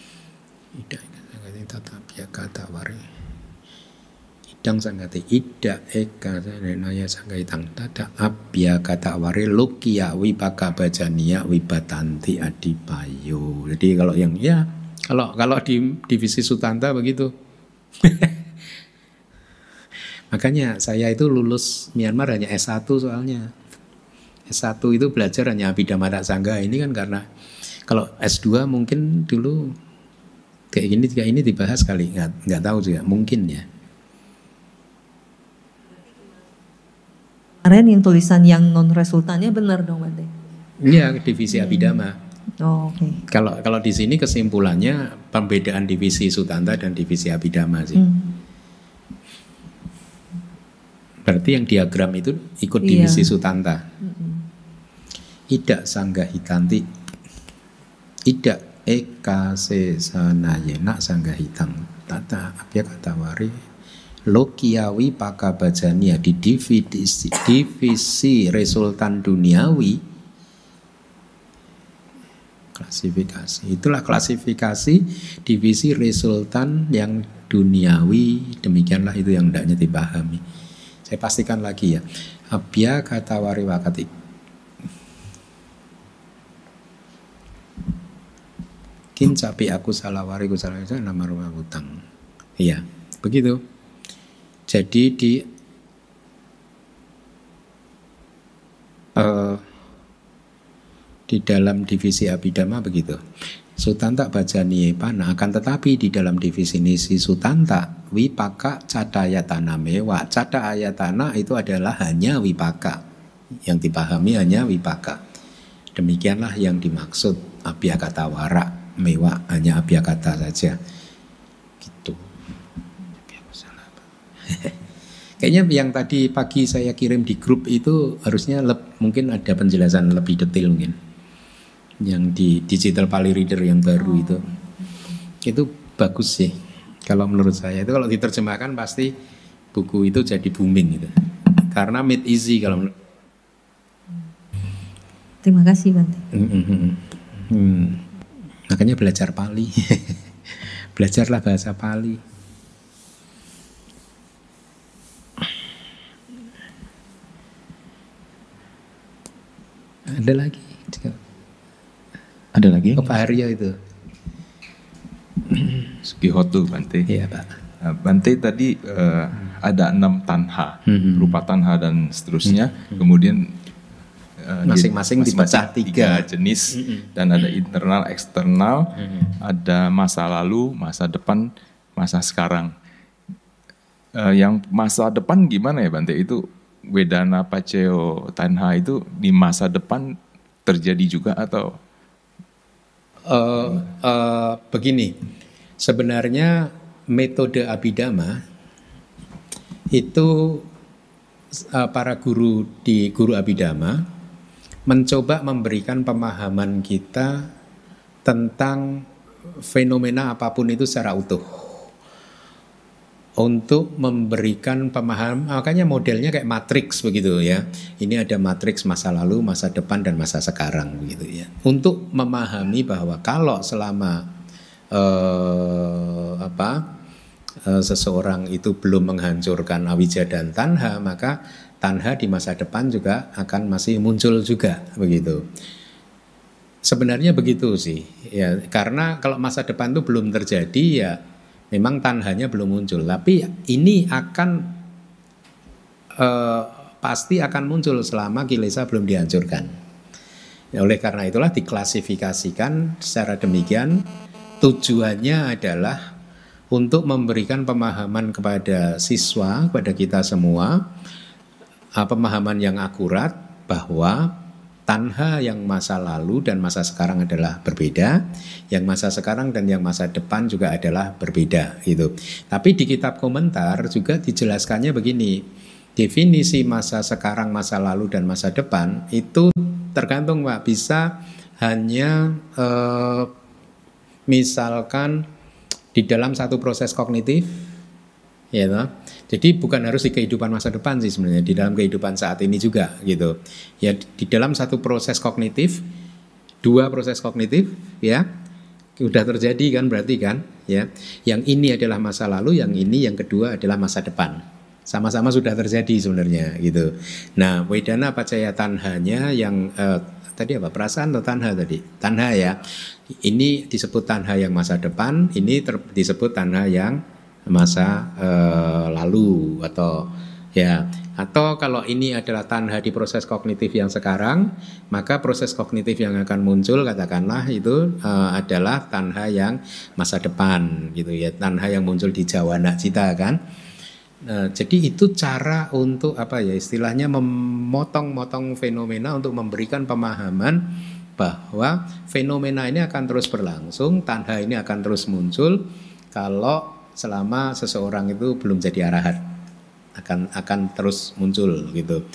Tatapya kata wari idang sanggati ida eka naya sanggaitan tada abya kata wari lokia wipaka bajania wibatanti adipayo. Jadi kalau yang ya kalau di divisi Sutanta begitu. Makanya saya itu lulus Myanmar hanya S1 soalnya. S1 itu belajar hanya Abhidhamma Sangga. Ini kan karena kalau S2 mungkin dulu kayak ini dibahas kali, nggak tahu juga, mungkin ya. Kemarin yang tulisan yang non resultannya benar dong Bante? Iya, divisi Abhidhamma. Oh, oke. Kalau di sini kesimpulannya pembedaan divisi Sutanta dan divisi Abhidhamma sih. Berarti yang diagram itu ikut divisi Sutanta. Ida sangga hitanti, ida eka sesanayena sangga hitang tata abya kata wari lokiawi paka bajania di divisi resultan duniawi. Klasifikasi itulah klasifikasi divisi resultan yang duniawi. Demikianlah itu yang hendaknya dipahami. Saya pastikan lagi ya, abya kata wari wakati kincapi aku salah wari ku salah itu nama rumah hutang. Iya, begitu. Jadi di dalam divisi Abhidhamma begitu. Sutanta bajani pana akan tetapi di dalam divisi nisi Sutanta wipaka cadayatana mewa. Cadayatana itu adalah hanya wipaka. Yang dipahami hanya wipaka. Demikianlah yang dimaksud abya kata wara. Mewah hanya abya kata saja gitu. Kayaknya yang tadi pagi saya kirim di grup itu harusnya mungkin ada penjelasan lebih detail mungkin yang di digital Pali Reader yang baru itu bagus sih kalau menurut saya. Itu kalau diterjemahkan pasti buku itu jadi booming gitu karena made easy kalau Terima kasih Bante. Makanya belajar Pali. Belajarlah bahasa Pali. Ada lagi. Ada lagi? Pak Haryo itu. Sugihoto Bante. Iya Pak. Bante tadi ada 6 tanha, rupa tanha dan seterusnya. Kemudian masing-masing dipecah 3 jenis dan ada internal, eksternal, ada masa lalu, masa depan, masa sekarang. Yang masa depan gimana ya Bante? Itu Wedana Paceo Tanha itu di masa depan terjadi juga atau? Begini, sebenarnya metode Abhidhamma itu para guru di Guru Abhidhamma mencoba memberikan pemahaman kita tentang fenomena apapun itu secara utuh. Untuk memberikan pemahaman, makanya modelnya kayak matriks begitu ya. Ini ada matriks masa lalu, masa depan dan masa sekarang begitu ya. Untuk memahami bahwa kalau selama seseorang itu belum menghancurkan awija dan tanha, maka tanha di masa depan juga akan masih muncul juga begitu. Sebenarnya begitu sih ya, karena kalau masa depan itu belum terjadi ya memang tanhanya belum muncul, tapi ini akan pasti akan muncul selama kilesa belum dihancurkan. Ya, oleh karena itulah diklasifikasikan secara demikian. Tujuannya adalah untuk memberikan pemahaman kepada siswa, kepada kita semua, pemahaman yang akurat bahwa tanha yang masa lalu dan masa sekarang adalah berbeda, yang masa sekarang dan yang masa depan juga adalah berbeda gitu. Tapi di kitab komentar juga dijelaskannya begini, definisi masa sekarang, masa lalu dan masa depan itu tergantung Pak, bisa hanya misalkan di dalam satu proses kognitif, ya toh. Jadi bukan harus di kehidupan masa depan sih sebenarnya, di dalam kehidupan saat ini juga gitu. Ya di dalam satu proses kognitif, 2 proses kognitif ya, sudah terjadi kan berarti kan ya. Yang ini adalah masa lalu, yang ini yang kedua adalah masa depan. Sama-sama sudah terjadi sebenarnya gitu. Nah, Wedana Pacaya Tanhanya yang tadi apa? Perasaan atau tanha tadi? Tanha ya. Ini disebut tanha yang masa depan, ini disebut tanha yang masa lalu atau ya, atau kalau ini adalah tanha di proses kognitif yang sekarang, maka proses kognitif yang akan muncul katakanlah itu adalah tanha yang masa depan gitu ya, tanha yang muncul di jawana cita kan. Jadi itu cara untuk apa ya, istilahnya memotong-motong fenomena untuk memberikan pemahaman bahwa fenomena ini akan terus berlangsung, tanha ini akan terus muncul kalau selama seseorang itu belum jadi arahat, akan terus muncul gitu.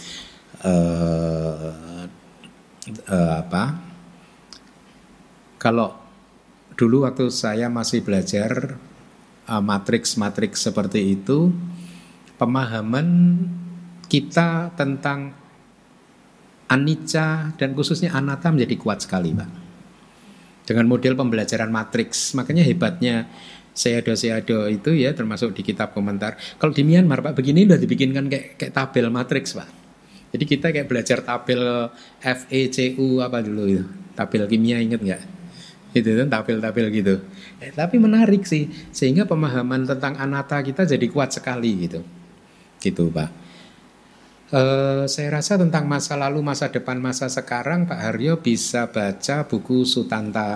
Kalau dulu waktu saya masih belajar matriks seperti itu, pemahaman kita tentang anicca dan khususnya anatta menjadi kuat sekali Pak, dengan model pembelajaran matriks. Makanya hebatnya Sayadaw itu ya, termasuk di kitab komentar. Kalau di Myanmar Pak begini udah dibikinkan kayak tabel matriks Pak. Jadi kita kayak belajar tabel FECU apa dulu itu, tabel kimia, inget nggak? Itu kan tabel-tabel gitu. Tapi menarik sih, sehingga pemahaman tentang anatta kita jadi kuat sekali gitu Pak. Saya rasa tentang masa lalu, masa depan, masa sekarang Pak Haryo bisa baca buku Sutanta,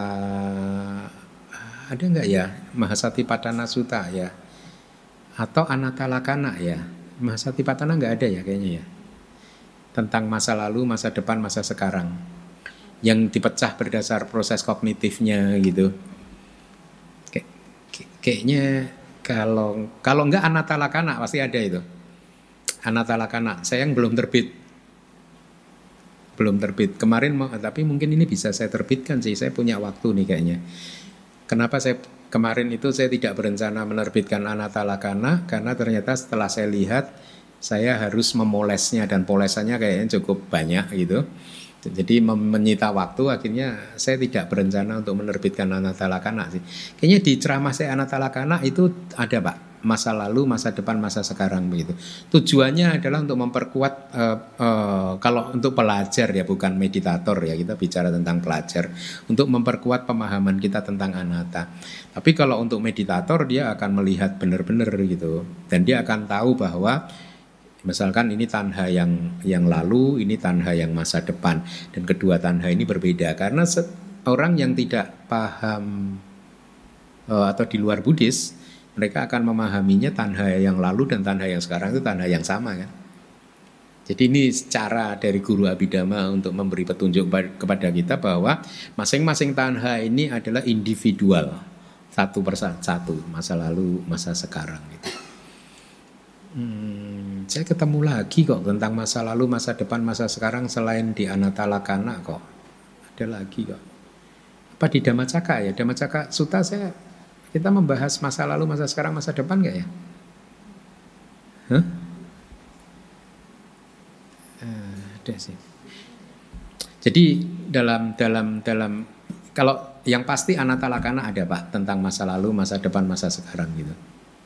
ada nggak ya, Mahasatipatthana Sutta ya, atau Anatta Lakkhana ya. Mahasatipatthana nggak ada ya kayaknya ya, tentang masa lalu, masa depan, masa sekarang yang dipecah berdasar proses kognitifnya gitu. Kayaknya kalau nggak Anatta Lakkhana pasti ada itu. Anatta Lakkhana, sayang belum terbit kemarin, tapi mungkin ini bisa saya terbitkan sih, saya punya waktu nih kayaknya. Kenapa kemarin itu saya tidak berencana menerbitkan Anatta Lakkhana, karena ternyata setelah saya lihat saya harus memolesnya, dan polesannya kayaknya cukup banyak gitu. Jadi menyita waktu, akhirnya saya tidak berencana untuk menerbitkan Anatta Lakkhana sih. Kayaknya di ceramah saya Anatta Lakkhana itu ada Pak, masa lalu, masa depan, masa sekarang begitu. Tujuannya adalah untuk memperkuat kalau untuk pelajar ya, bukan meditator ya, kita bicara tentang pelajar, untuk memperkuat pemahaman kita tentang anatta. Tapi kalau untuk meditator dia akan melihat benar-benar gitu, dan dia akan tahu bahwa misalkan ini tanha yang lalu, ini tanha yang masa depan, dan kedua tanha ini berbeda karena orang yang tidak paham atau di luar Buddhis, mereka akan memahaminya tanha yang lalu dan tanha yang sekarang itu tanha yang sama kan. Jadi ini cara dari guru Abhidhamma untuk memberi petunjuk kepada kita bahwa masing-masing tanha ini adalah individual, satu persatu, masa lalu, masa sekarang gitu. Saya ketemu lagi kok tentang masa lalu, masa depan, masa sekarang selain di Anatta Lakkhana kok. Ada lagi kok. Apa di Dhammacakka ya? Dhammacakka Sutta kita membahas masa lalu, masa sekarang, masa depan nggak ya? Ada sih. Jadi dalam kalau yang pasti Anatta Lakkhana ada Pak tentang masa lalu, masa depan, masa sekarang gitu.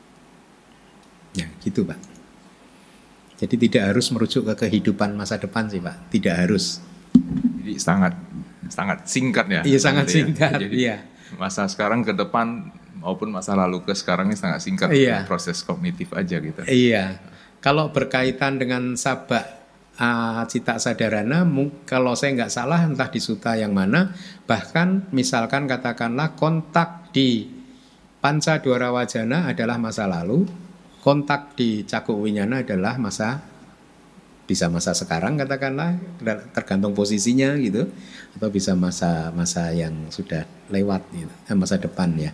Ya gitu Pak. Jadi tidak harus merujuk ke kehidupan masa depan sih Pak. Tidak harus. Jadi sangat singkat ya. Iya sangat singkat. Jadi iya. Masa sekarang ke depan maupun masa lalu ke sekarang ini sangat singkat. Iya. Proses kognitif aja gitu. Iya. Kalau berkaitan dengan sabak cita sadarana, kalau saya nggak salah entah di sutta yang mana, bahkan misalkan katakanlah kontak di panca dwara wajana adalah masa lalu, kontak di cakup winyana adalah bisa masa sekarang katakanlah, tergantung posisinya gitu, atau bisa masa yang sudah lewat gitu, masa depan ya.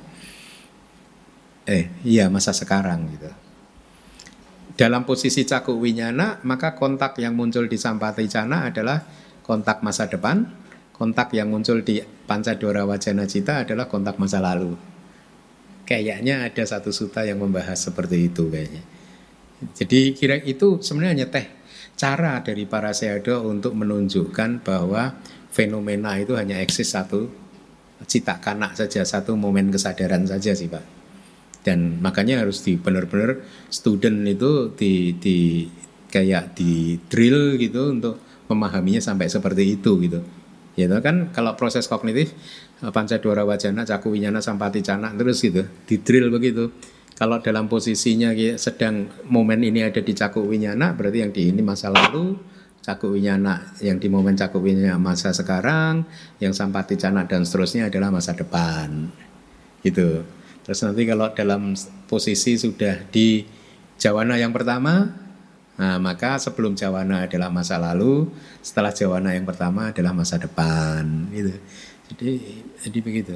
Iya masa sekarang gitu. Dalam posisi cakup winyana, maka kontak yang muncul di sampaticana adalah kontak masa depan, kontak yang muncul di pancadwara wajana cita adalah kontak masa lalu. Kayaknya ada satu sutta yang membahas seperti itu kayaknya. Jadi kira itu sebenarnya cara dari para sayadaw untuk menunjukkan bahwa fenomena itu hanya eksis satu cita kana saja, satu momen kesadaran saja sih Pak. Dan makanya harus benar-benar student itu kayak di drill gitu untuk memahaminya sampai seperti itu gitu. Ya kan kalau proses kognitif pancadwara wajana, cakup winyana, sampaticana terus gitu, di drill begitu. Kalau dalam posisinya sedang momen ini ada di cakup winyana, berarti yang di ini masa lalu, cakup winyana yang di momen cakup winyana masa sekarang, yang sampaticana dan seterusnya adalah masa depan. Gitu. Terus nanti kalau dalam posisi sudah di jawana yang pertama, nah maka sebelum jawana adalah masa lalu, setelah jawana yang pertama adalah masa depan, gitu. Jadi begitu.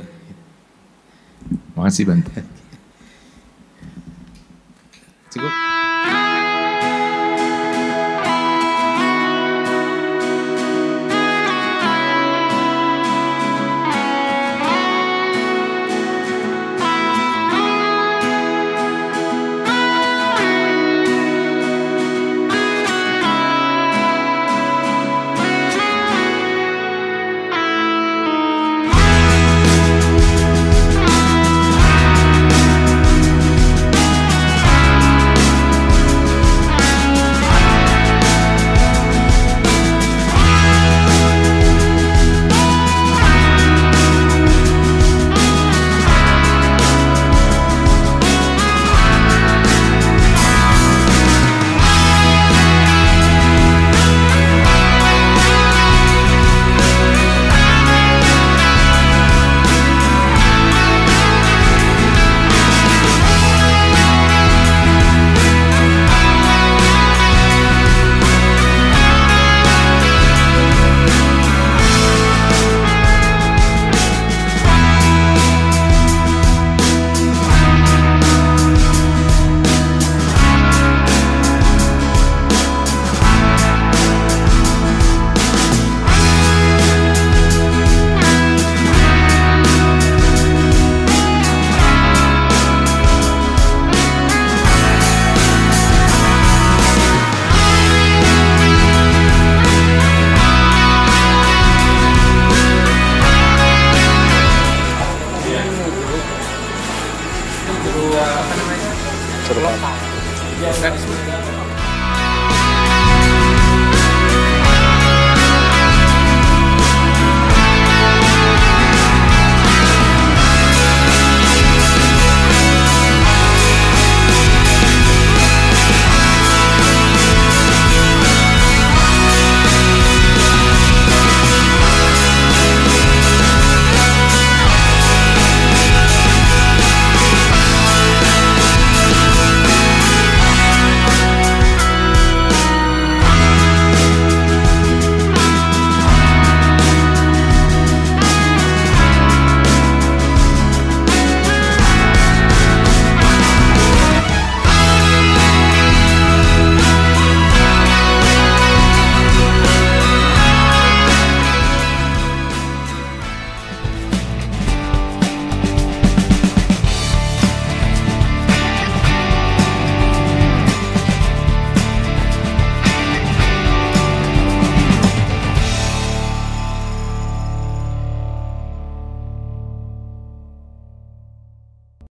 Makasih Bante. Cukup.